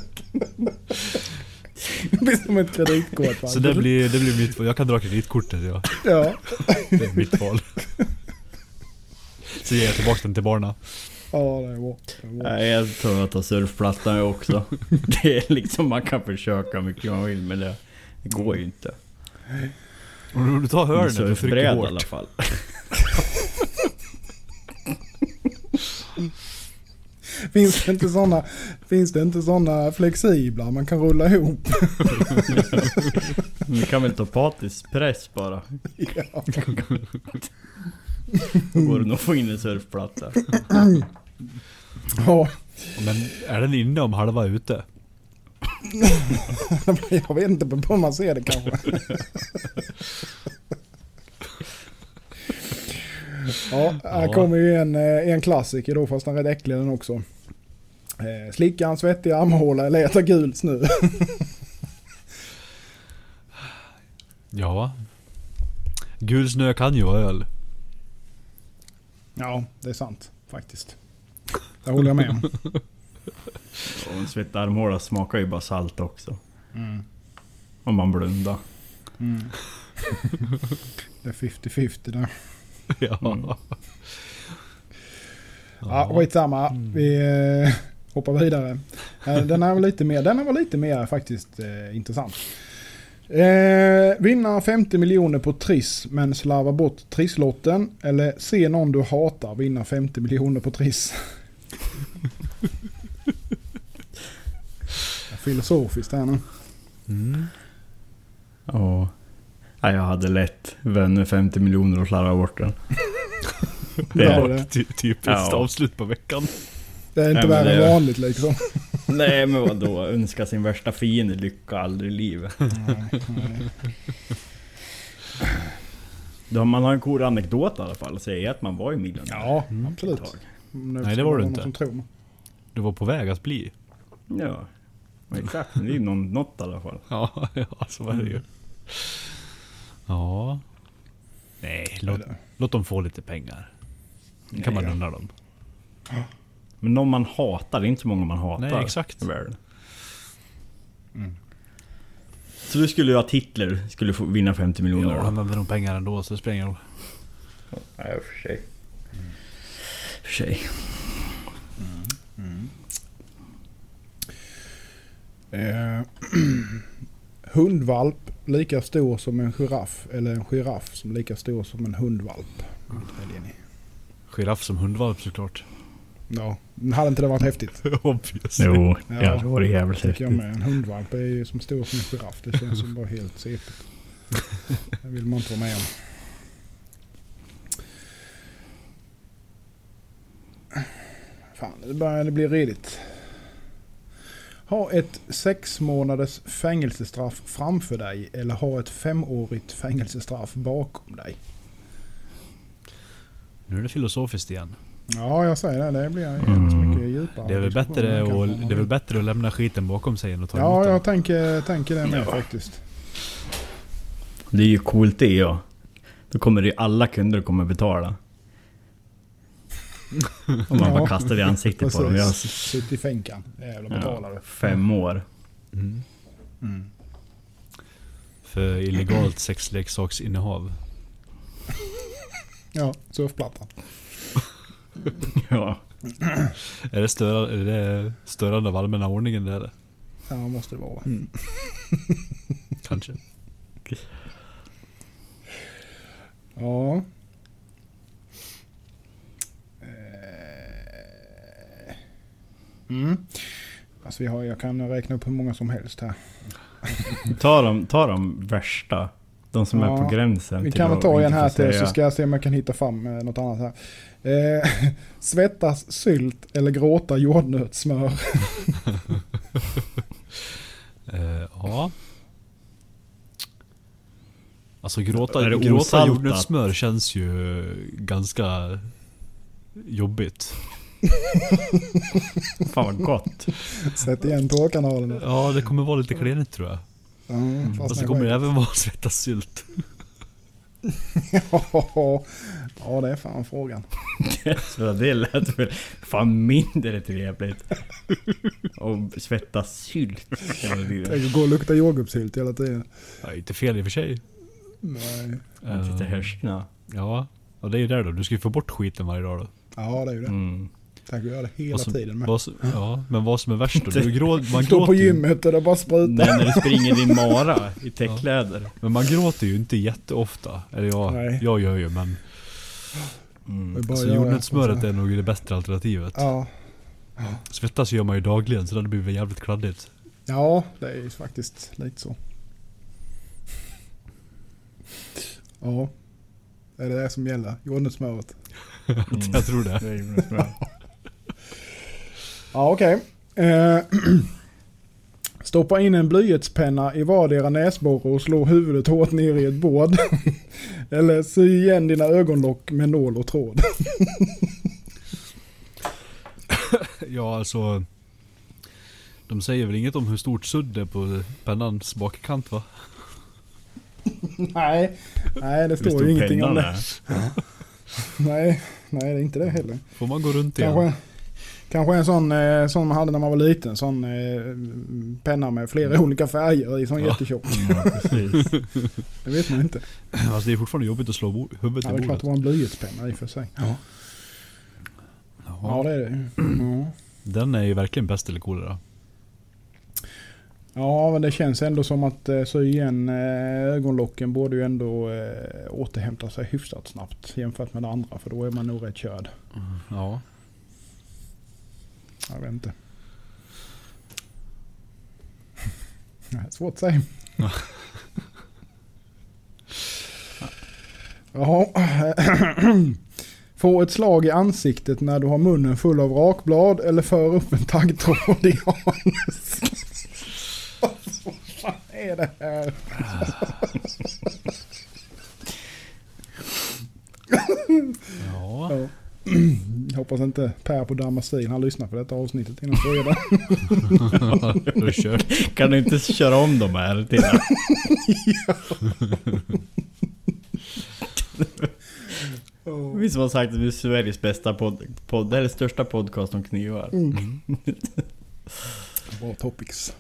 Det blir som ett kreditkort. Så det blir mitt val. Jag kan dra kreditkortet, ja. Det är mitt val. Så ger jag tillbaka den till barna. Ja, det är bra. Nej, jag tror att ta surfplattan också. Det är liksom, man kan försöka mycket man vill, men det går ju inte. Om du tar hörnet och trycker surfbräda hårt. i alla fall. Finns det inte såna flexibla man kan rulla ihop? Vi kan väl ta patisk press bara. Ja. Då går det nog att få in en surfplatta. Ja, Men är den inne om halva är ute? jag vet inte på man ser det kanske. Ja, här kommer ju en klassiker då, fast den är rätt äcklig den också. Slicka en svettig armhåla eller äta gul snö. Ja. Gul snö kan ju vara öl. Ja, det är sant faktiskt. Det håller jag med om. Och en svettig armhåla smakar ju bara salt också. Mm. Om man blundar. Mm. Det är 50-50 där. Ja. Mm. Ja, skitsamma. Vi hoppar vidare. Den var lite mer faktiskt intressant. Vinna 50 miljoner på Triss men slarva bort trisslotten, eller se någon du hatar vinna 50 miljoner på Triss. Filosofiskt här nu. Mm. Ja. Ja, jag hade lätt vänner 50 miljoner och slarva bort den. Det Ja, är, det. Typiskt Ja. avslut på veckan. Det är inte Nej, men värre än det- vanligt liksom. nej men vadå, önska sin värsta fiende lycka aldrig i livet. Nej. Då man har en cool anekdot i alla fall, säga att man var i miljonär. Ja, Mm. absolut. ett tag. Nej, det var du någon inte. som tror mig. Du var på väg att bli. Ja, exakt. Det är ju något i alla fall. Ja, så är det ju. Ja. Nej, låt dem få lite pengar. Det kan man Ja. undra dem. Men någon man hatar, det är inte så många man hatar. Nej, exakt. i världen. Mm. Så du skulle ju att Hitler skulle få vinna 50 miljoner Ja, då? han behöver nog pengar ändå, så det spelar ingen roll. Nej, för sig. För sig. Hundvalp lika stor som en giraff, eller en giraff som lika stor som en hundvalp. Väljer ni. Giraff som hundvalp såklart. Ja, hade inte det varit häftigt? Obvious. Jo, Ja. ja, det var det jävligt Tycker jag häftigt. med. En hundvalp är ju som stor som en giraff. Det känns som bara helt sepigt. Det vill man inte vara med om. Fan, det börjar bli redigt. Ha ett 6 månaders fängelsestraff framför dig eller ha ett 5-årigt fängelsestraff bakom dig. Nu är det filosofiskt igen. Ja, jag säger det. Det blir jävligt mycket djupare. Det är väl bättre att lämna skiten bakom sig än att ta emot Ja, den. jag tänker det med faktiskt. Det är ju coolt det, ja. Då kommer det alla kunder kommer betala. Om man bara kastar det i ansiktet på dem. Jag, Sitt i fänkan. Jävla betalar du. 5 år. Mm. Mm. För illegalt sexleksaksinnehav. Ja, surfplattan. Ja. Är det störande av allmänna ordningen det eller? Ja, måste det vara. Kanske. Ja. Alltså jag kan räkna upp hur många som helst här. Ta de värsta. De som Ja, är på gränsen. Vi till kan väl att ta en inte här få till säga. så ska jag se om jag kan hitta fram något annat här. Svettas sylt eller gråta jordnötssmör. Ja. Alltså Är det gråta osaltat? jordnötssmör känns ju ganska jobbigt. Fan vad gott. Sätt igen tårkanalen. Ja, det kommer vara lite klenigt tror jag. Ja, Och så kommer det även vara svettassylt. Ja, det är fan frågan. Så det lät väl fan mindre trevligt. Och svettas sylt. Tänk att gå och lukta jordgubbssylt hela tiden. Ja, inte fel i och för sig. Nej. Lite härskna. Ja, och det är ju där då. Du ska ju få bort skiten varje dag då. Ja, det är ju det. Mm. Tänk att göra det hela tiden med. Men vad som är värst då? Man står på gymmet och det bara sprutar. Nej, när du springer din mara i täckkläder. Men man gråter ju inte jätteofta. Eller jag gör ju, men... Så jordnötssmöret är nog det bästa alternativet. Ja. Svettas gör man ju dagligen, så det blir väl jävligt kladdigt. Ja, det är ju faktiskt lite så. Ja. Är det som gäller? Jordnötssmöret? Jag tror det. Ja, okej. Stoppa in en blyertspenna i vardera näsborre och slå huvudet hårt ner i ett bord. Eller sy igen dina ögonlock med nål och tråd. Ja, alltså... De säger väl inget om hur stort sudd är på pennans bakkant, va? Nej, det står ju ingenting om det. Nej, det är inte det heller. Får man gå runt igen? Kanske en sån man hade när man var liten. Sån penna med flera olika färger i sån jättetjock. Ja, precis. Det vet man inte. Alltså det är fortfarande jobbigt att slå huvudet i bordet. Det är klart det var en blyertspenna i för sig. Ja, det är det. Ja. Den är ju verkligen bäst eller coolare. Ja, men det känns ändå som att så igen ögonlocken borde ju ändå återhämta sig hyfsat snabbt jämfört med det andra, för då är man nog rätt körd. Ja. Jag vet inte. Svårt att säga. Jaha. Få ett slag i ansiktet när du har munnen full av rakblad eller för upp en taggtråd i anus. Vad fan är det här? Ja. Jag hoppas inte Per på Damastin han lyssnar på detta avsnittet innan fredag. Kan du inte köra om dem här till? Vi som har sagt att vi är Sveriges bästa podd eller största podcast om knivar. Bra topics.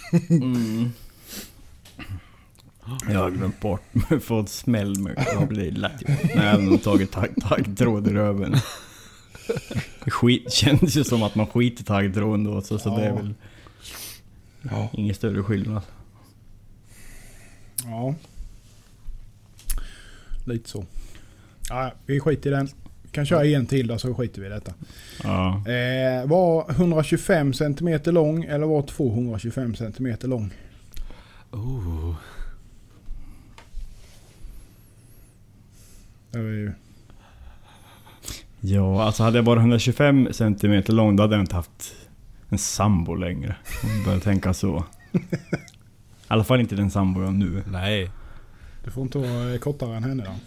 Jag har glömt bort mig, fått smäll med att bli lätt. Nej, jag har tagit taggtråd i röven. Känns ju som att man skiter taggtråden då, så det är väl ingen större skillnad. Ja. Lite så. Ja, vi skiter i den. Vi kan köra en till då, så skiter vi i detta. Ja. Var 125 cm lång eller var 225 cm lång? Det var ju... Ja, alltså hade jag varit 125 cm lång, då hade jag inte haft en sambo längre. Om jag börjar tänka så. I alla fall inte den sambo jag nu. Nej. Du får inte vara kortare än henne då.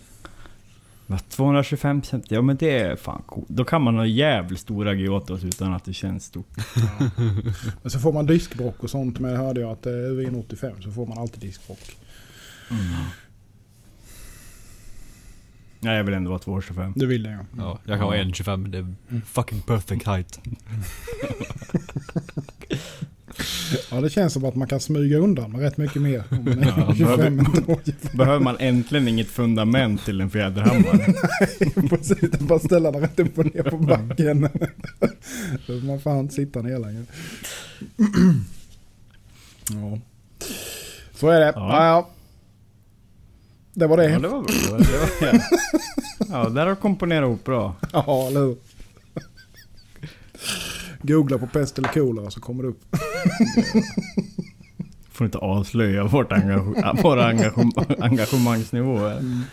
225 cm, ja men det är fan cool. Då kan man ha jävligt stora giotos utan att det känns stort. Ja. Men så får man diskbrock och sånt, men hörde jag att över 1,85 så får man alltid diskbrock. Nej, jag vill ändå vara 2,25. Du vill det, ja. Ja, jag kan vara 1,25. Det är fucking perfect height. Ja, det känns som att man kan smyga undan med rätt mycket mer. Om man är 25 behöver man äntligen inget fundament till en fjäderhammare? Nej, precis. Bara ställa den rätt upp och ner på backen. Så man får inte sitta ner längre. Ja. Så är det. Ja. Det var det. Ja, det var bra. Ja, där har du komponerat ihop bra. Ja, eller hur? Googla på pest eller kolera så kommer det upp. Får inte avslöja våra engagemangsnivå.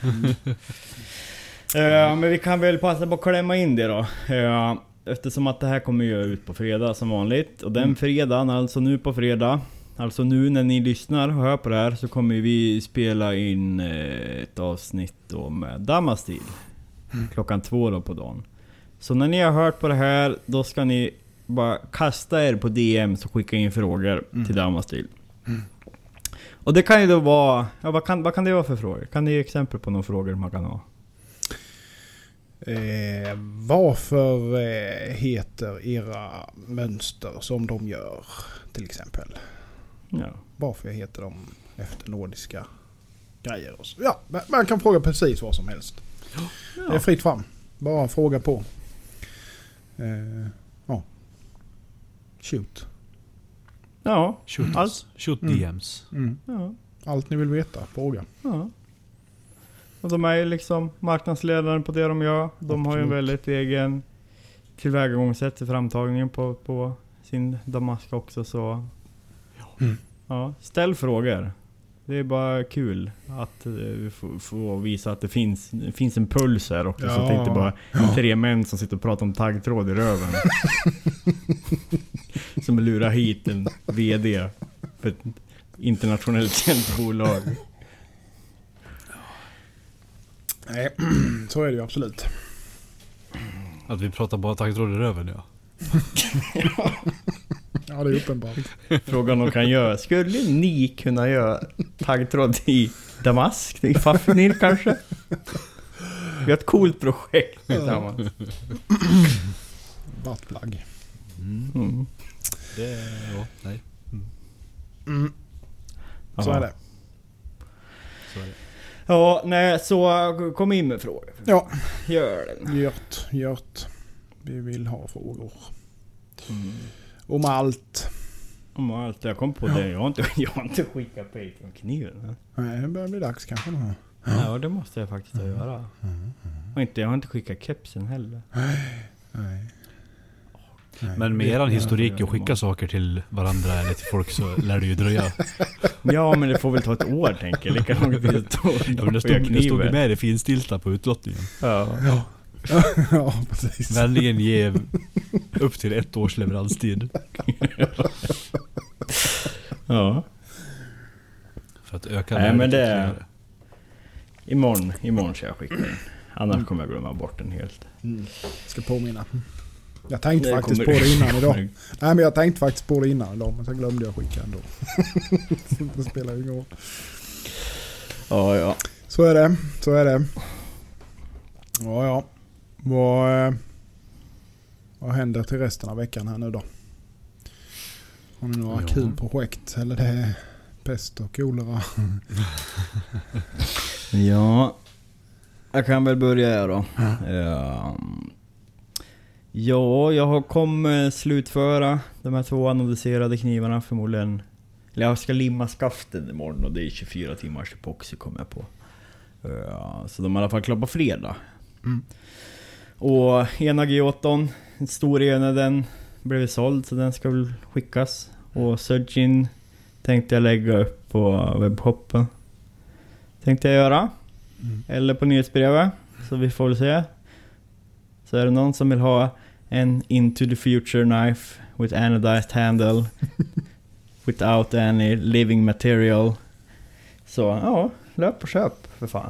Men vi kan väl passa på att klämma in det då. Eftersom att det här kommer ju ut på fredag som vanligt. Och den fredagen, alltså nu på fredag, alltså nu när ni lyssnar och hör på det här, så kommer vi spela in ett avsnitt då med Damastil. 2:00 då på dagen. Så när ni har hört på det här, då ska ni bara kasta er på DM och skicka in frågor till Damastil. Och det kan ju då vara, ja, vad kan det vara för frågor? Kan ni ge exempel på några frågor man kan ha? Varför heter era mönster som de gör till exempel? Ja. Varför heter de efter nordiska grejer? Och så. Ja, man kan fråga precis vad som helst. Ja. Det är fritt fram. Bara fråga på. Shoot. Ja. Shoot DMs. Ja. Allt ni vill veta, fråga. Ja. Och de är ju liksom marknadsledaren på det de gör. De har ju en väldigt egen tillvägagångssätt i framtagningen på sin Damask också. Så ja, ställ frågor. Det är bara kul att vi får visa att det finns en puls här också. Så att det inte bara är 3 män som sitter och pratar om taggtråd i röven. Som lurar hit en VD för ett internationellt känt bolag. Nej, så är det ju absolut. Att vi pratar bara taggtråd i röven, ja. Ja, det är uppenbart. Frågan de kan göra. Skulle ni kunna göra taggtråd i Damask? I Fafnir kanske? Vi har ett coolt projekt tillsammans. Buttplug. Det nej. Så är det. Ja, nej, så kom in med frågor. Ja. Gör det. Gjort. Vi vill ha frågor. Om allt. Om allt. Jag kom på det. Jag har inte skickat Patreon-kniven. Nej, det börjar bli dags kanske nu. Ja, det måste jag faktiskt göra. Och jag har inte skickat kepsen heller. Nej. Men med eran historik och skicka saker till varandra eller till folk så lär det ju dröja. Ja, men det får väl ta ett år, tänker jag. Lika långt tid det tog. Ja, men det stod ju med det finstilta på utlottningen. Ja. Ja, precis. Vänligen ge upp till 1 års leveranstid. Ja. För att öka. Nej, men det imorgon ska jag skicka den. Annars kommer jag glömma bort den helt. Ska påminna. Jag tänkte faktiskt på det innan idag. Nej, men jag tänkte faktiskt på det innan idag, men sen glömde jag skicka ändå. Det spelar ju ingen roll. Ja. Så är det. Ja. Vad händer till resten av veckan här nu då? Har ni några kul projekt? Eller det är pest och kolera? Ja. Jag kan väl börja här då. Ja, jag har kommit slutföra de här 2 anodiserade knivarna förmodligen. Eller jag ska limma skaften imorgon och det är 24 timmars epoxy kommer jag på. Så de har i alla fall klart på fredag. Och ena G8, en stor ena, den blev såld så den ska väl skickas. Och Surgeon tänkte jag lägga upp på webbshoppen. Tänkte jag göra. Eller på nyhetsbrevet. Så vi får väl se. Så är det någon som vill ha en Into the Future knife with anodized handle without any living material. Så ja, löp och köp för fan.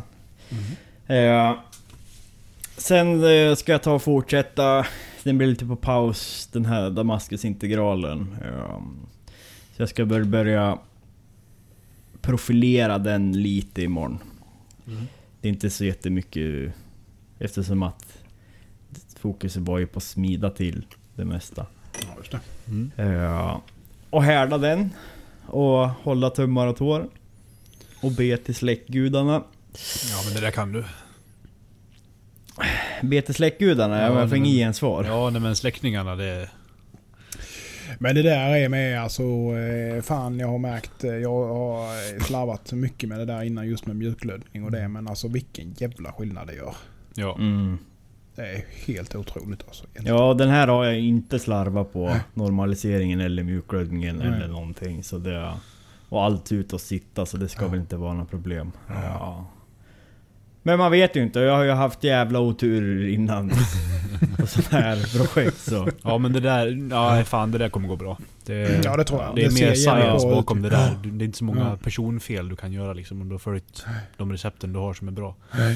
Sen ska jag ta och fortsätta. Den blir lite på paus, den här Damaskus-integralen. Så jag ska börja profilera den lite imorgon. Det är inte så jättemycket eftersom att fokuset var ju på att smida till det mesta. Ja, just det. Och härda den och hålla tummar och tår och be till släckgudarna. Ja, men det där kan du. Be till släckgudarna, jag får ingen svar. Ja, nej, men släckningarna det. Men det där är med alltså, fan jag har märkt, jag har slarvat mycket med det där innan just med mjuklödning och det, men alltså vilken jävla skillnad det gör. Ja. Det är helt otroligt alltså. Ja, den här har jag inte slarvat på normaliseringen eller mjuklödningen eller någonting, så det och allt ut och sitta, så det ska väl inte vara några problem. Ja. Men man vet ju inte, jag har ju haft jävla otur innan på sådana här projekt så. Ja, men det där, fan det där kommer gå bra. Det tror jag. Det är mer science bakom det där. Ja. Det är inte så många personfel du kan göra liksom, om du har följt de recepten du har som är bra.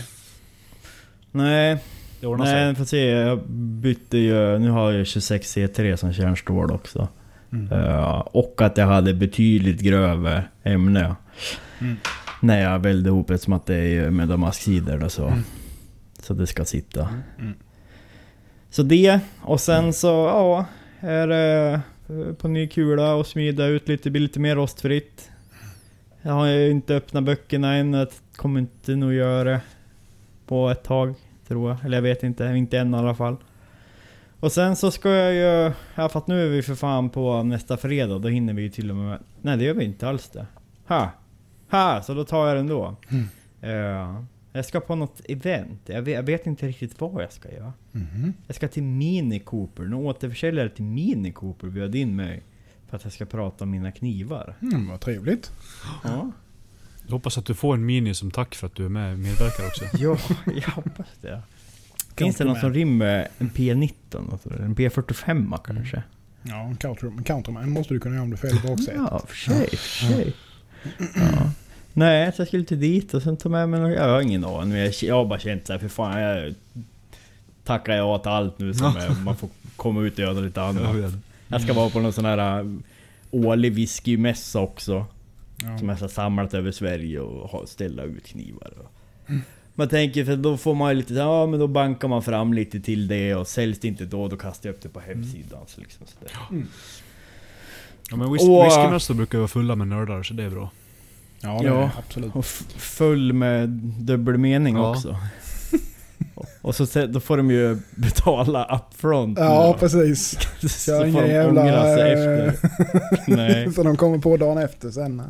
Nej, det ordnar sig. Får se, jag bytte ju, nu har jag 26 C3 som kärnstål också. Och att jag hade betydligt grövre ämne. När jag välde ihop det som att det är med damasksidor så. Så det ska sitta. Så det, och sen så är det på ny kula och smida ut lite, blir lite mer rostfritt. Jag har ju inte öppnat böckerna än, jag kommer inte nog göra det på ett tag, tror jag. Eller jag vet inte än i alla fall. Och sen så ska jag ju... Ja, för att nu är vi för fan på nästa fredag. Då hinner vi ju till och med... Nej, det gör vi inte alls det. Så då tar jag den då. Jag ska på något event. Jag vet inte riktigt vad jag ska göra. Jag ska till Mini Cooper. Nu återförsäljare till Mini Cooper bjöd in mig. För att jag ska prata om mina knivar. Vad trevligt. Ja. Jag hoppas att du får en Mini som tack för att du är medverkar också. Ja, jag hoppas det. Finns det någon som rymmer en P19? En P45 kanske? Ja, en Counterman måste du kunna göra om du fäller baksätet. Ja, för sig. Ja. Nej, så jag skulle till dit och sen ta med mig något. Jag har ingen aning. Jag har bara känt så här, för fan, jag tackar jag åt allt nu som man får komma ut och göra lite annat. Jag ska vara på någon sån här årlig whiskymässa också. Ja. Som är så samlat över Sverige och ställa ut knivar. Man tänker, för då får man lite, men då bankar man fram lite till det, och säljs det inte då kastar jag upp det på hemsidan. Så liksom sådär. Ja, men whiskymässor brukar vara fulla med nördar, så det är bra. Ja, det är absolut. Och full med dubbelmening också. Och så då får de ju betala upfront. Ja, precis. Så får de ångra sig efter. Nej. Så de kommer på dagen efter sen.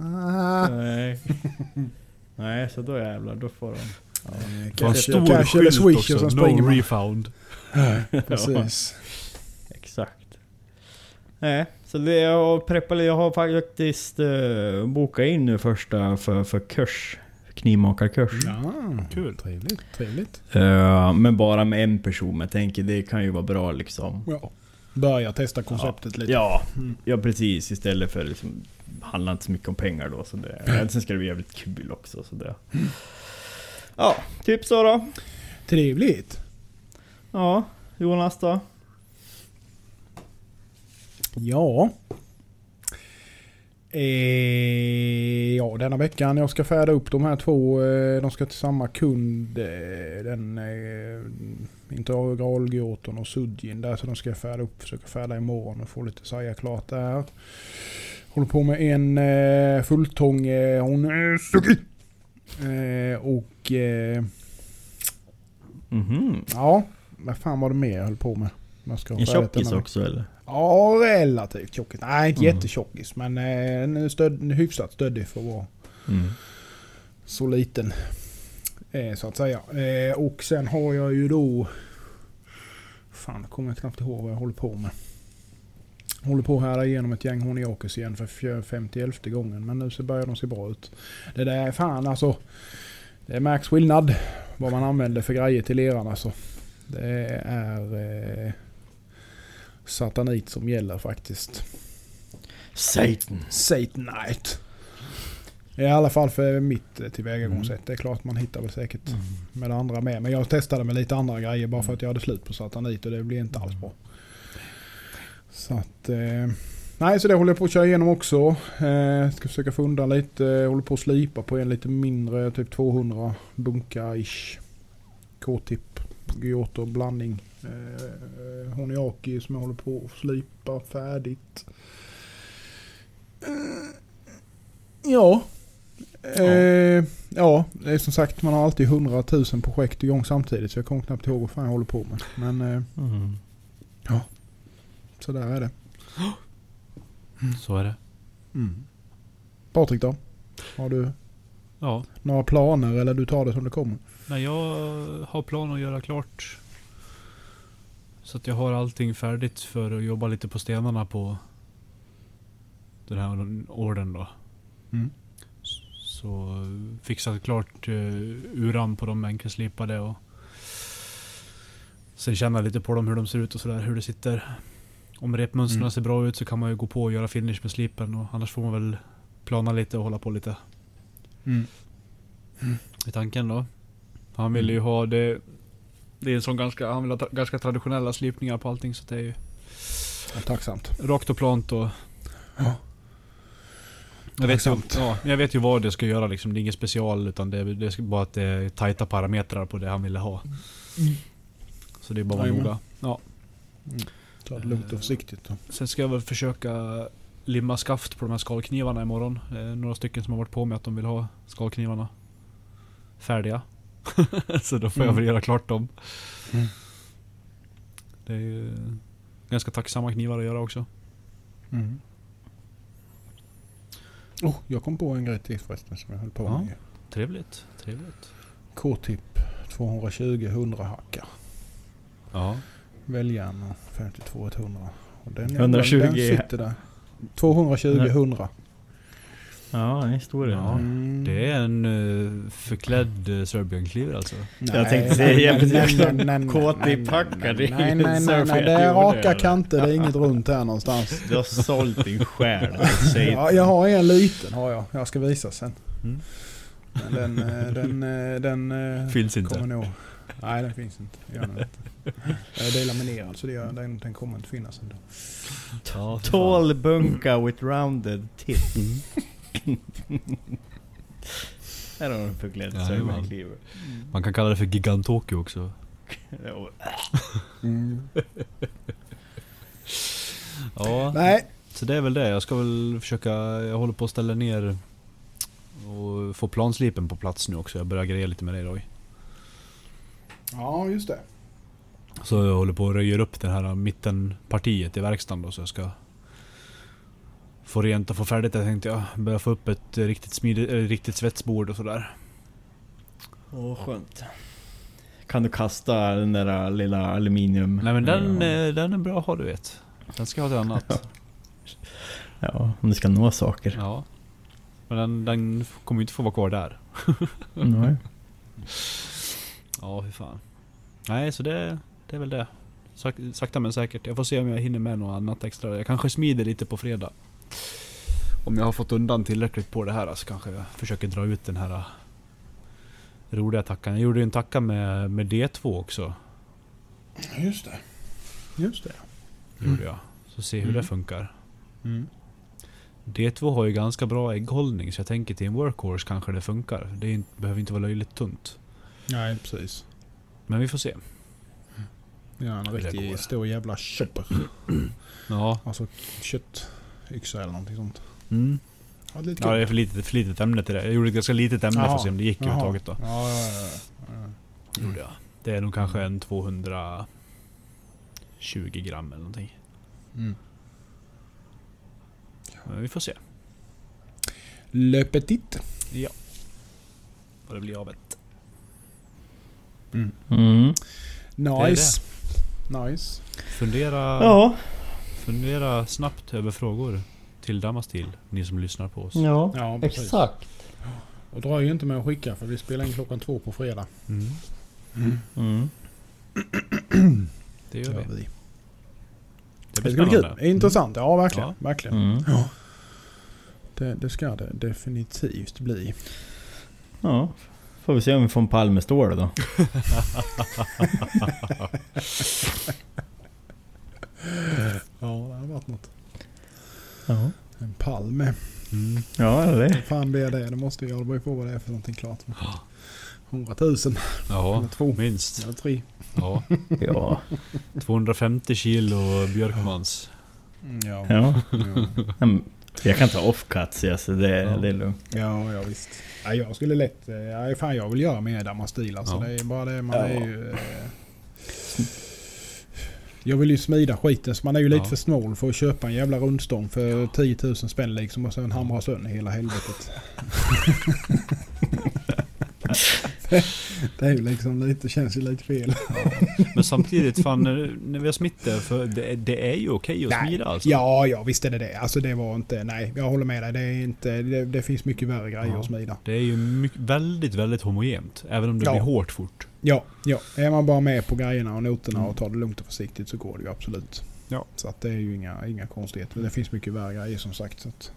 Nej, så då jävlar, då får de... Det var en stor skylt också, no refund. Precis. Exakt. Nej, så det jag har faktiskt bokat in nu första för kurs. Knivmakarkurs. Ja, kul. Trevligt. Men bara med en person. Men jag tänker, det kan ju vara bra liksom. Ja. Börja testa konceptet lite. Ja, precis. Istället för liksom, handlar inte så mycket om pengar då. Så det, sen ska det bli jävligt kul också. Så det. Ja, typ så då. Trevligt. Ja, Jonas då? Ja. Denna veckan jag ska färda upp de här två. De ska till samma kund. Den Integralgåten och Sudjin där. Så de ska färda upp. Försöka färda imorgon och få lite säga klart där. Håller på med en fulltång. Hon är suki. Och ja, vad fan var det mer jag höll på med? En tjockis också eller? Ja, relativt tjockis. Nej, inte jättetjockis, men en hyfsat stöddig för att vara så liten. Så att säga. Och sen har jag ju då... Fan, jag kommer knappt ihåg vad jag håller på med. Håller på här igenom ett gäng Honiakes igen för 50-11 gången. Men nu så börjar de se bra ut. Det där är fan alltså... Det märks skillnad vad man använder för grejer till leran alltså. Det är... satanit som gäller faktiskt. Satanite. I alla fall för mitt tillvägagångssätt. Det är klart man hittar väl säkert med andra med. Men jag testade med lite andra grejer bara för att jag hade slut på satanit och det blir inte alls bra. Så att... nej, så det håller jag på att köra igenom också. Ska försöka få undan lite. Håller på att slipa på en lite mindre, typ 200 bunka-ish. K-tip. Gyoto blandning. Honiaki som jag håller på att slipa färdigt. Ja, det är som sagt, man har alltid 100 000 projekt igång samtidigt, så jag kommer knappt ihåg vad fan jag håller på med. Men ja, så där är det. Så är det. Patrik då? Har du några planer eller du tar det som det kommer? Nej, jag har plan att göra klart så att jag har allting färdigt för att jobba lite på stenarna på den här orden då. Så fixat klart uran på de enkelslipade och sen känna lite på dem hur de ser ut och sådär, hur det sitter. Om repmönsterna ser bra ut så kan man ju gå på och göra finish med slipen, och annars får man väl plana lite och hålla på lite. I tanken då. Han vill ju ha det är en sån han vill ha ganska traditionella slipningar på allting, så det är ju tacksamt. Rakt och plant och jag vet ju vad det ska göra liksom. Det är inget special, utan det är bara att det är tajta parametrar på det han ville ha. Så det är bara noga. Ja. Ta det lugnt och försiktigt då. Sen ska jag väl försöka limma skaft på de här skalknivarna imorgon. Några stycken som har varit på med att de vill ha skalknivarna färdiga. Så då får jag väl göra klart dem. Det är ju ganska tacksamma knivar att göra också. Mm. Jag kom på en grej till förresten som jag höll på med. Trevligt. K-tip 220-100 hackar. Ja. Väljaren 52-100. Och den 120. Den sitter där. 220-100. Ja, en historia. Ja. Det är en förklädd Serbian cleaver alltså. Jag tänkte säga K-tip-hackar. Nej, det är raka kanter. Det är inget runt här någonstans. Du har sålt din själ. Ja, jag har en liten har jag. Jag ska visa sen. Mm. Men den finns inte. Kommer nog. Nej, den finns inte. Jag är laminerad så den kommer inte finnas ändå. Tall bunka with rounded tip. Här har de förklädd Serbian cleaver. Man kan kalla det för Gigantoki också. Ja. Nej. Så det är väl det. Jag ska väl försöka. Jag håller på att ställa ner och få planslipen på plats nu också. Jag börjar greja lite med det idag. Ja, just det. Så jag håller på att röja upp det här mittenpartiet i verkstaden då, så jag ska få rent och få färdigt. Jag tänkte jag börja få upp ett riktigt svetsbord och sådär. Skönt. Kan du kasta den där lilla aluminium? Nej men den är bra att ha, du vet. Den ska ha till annat. Ja, om du ska nå saker. Ja. Men den kommer ju inte få vara kvar där. Nej. Ja, hur fan. Nej, så det är väl det. Sakta men säkert. Jag får se om jag hinner med något annat extra. Jag kanske smider lite på fredag. Om jag har fått undan tillräckligt på det här så kanske jag försöker dra ut den här roliga tackan. Jag gjorde ju en tacka med D2 också. Just det. Gjorde jag. Så se hur det funkar. Mm. D2 har ju ganska bra ägghållning, så jag tänker till en workhorse kanske det funkar. Det behöver inte vara löjligt tunt. Nej, precis. Men vi får se. Ja, en riktig stor jävla chopper. Ja. Alltså köttyxa eller någonting sånt. Mm. Ja, det är för litet ämne till det. Jag gjorde ett ganska litet ämne för att se om det gick överhuvudtaget då. Ja. Gjorde jag. Det är nog kanske en 220 gram eller någonting. Mm. Men vi får se. Le Petit. Ja. Vad det blir av ett. Nice. Fundera snabbt över frågor till Damastil, ni som lyssnar på oss. Ja, exakt. Och dra ju inte med att skicka, för vi spelar in 2:00 på fredag. Det gör vi. Det ska bli kul. Intressant. Ja, verkligen. Ja. Verkligen. Ja. Det ska det definitivt bli. Ja. Får vi se om vi får en Palmestål då. Ja, det har varit något. Ja. En Palme. Ja, eller det. Fan blir det? Det måste jag hålla på vad det är för någonting klart. 100 000. Ja, eller 2. minst. Eller 3. Ja. Ja. 250 kilo Björkmans. Ja. Jag kan ta off-cuts, alltså det är lugnt. Ja, visst. Ja, jag skulle lätt... jag vill göra mer Damastil. Alltså. Det är bara det man är ju... Jag vill ju smida skiten, så man är ju lite för snål för att köpa en jävla rundstång för 10 000 spänn liksom, och sen hamra sönder hela helvetet. Det är ju liksom lite, känns ju lite fel. Ja. Men samtidigt fan, när vi har smittat, för det är ju okej att smida alltså. Ja, visst är det. Alltså det var inte, nej, jag håller med dig. Det är inte, det finns mycket värre grejer att smida. Det är ju väldigt, väldigt homogent, även om det blir hårt fort. Ja. Är man bara med på grejerna och noterna och tar det lugnt och försiktigt så går det ju absolut. Ja. Så att det är ju inga konstigheter. Men det finns mycket värre grejer som sagt. Så att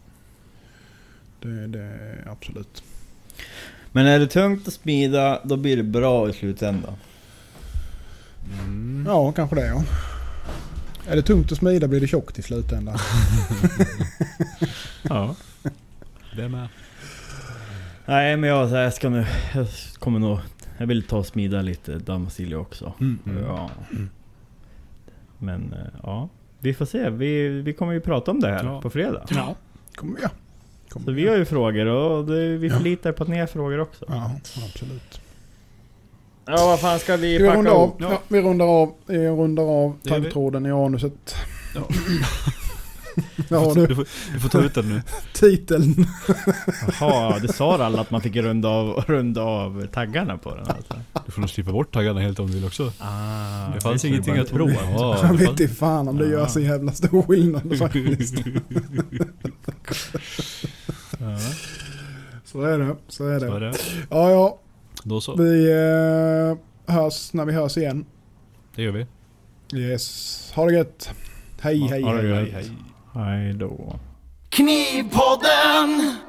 det är absolut. Men är det tungt att smida, då blir det bra i slutändan. Ja, kanske det, ja. Är det tungt att smida blir det tjockt i slutändan. Ja. Det är med. Nej, men jag vill ta och smida lite Damastil också. Ja. Men ja, vi får se. Vi kommer ju prata om det här på fredag. Ja, kommer vi. Så vi har ju frågor och vi förlitar på att ni har frågor också. Ja, absolut. Ja, vad fan ska vi Ska vi packa runda av? ihop? Ja, vi rundar av Det gör vi. taggtråden i anuset. Ja. Ja, Du får ta ut den nu. Titeln. Jaha, det sa alla att man fick runda av taggarna på den alltså. Du får nog slippa bort taggarna helt om du vill också. Det fanns det är ingenting bara att tro. Ja, Jag det vet fanns- inte fan om det gör så jävla stor skillnad faktiskt. Ja. Så är det. Så är det. Ja. Då så. Vi hörs när vi hörs igen. Det gör vi. Yes. Ha det gött. Hej, hej, Ha det hej. gött. Hej då. Knivpodden!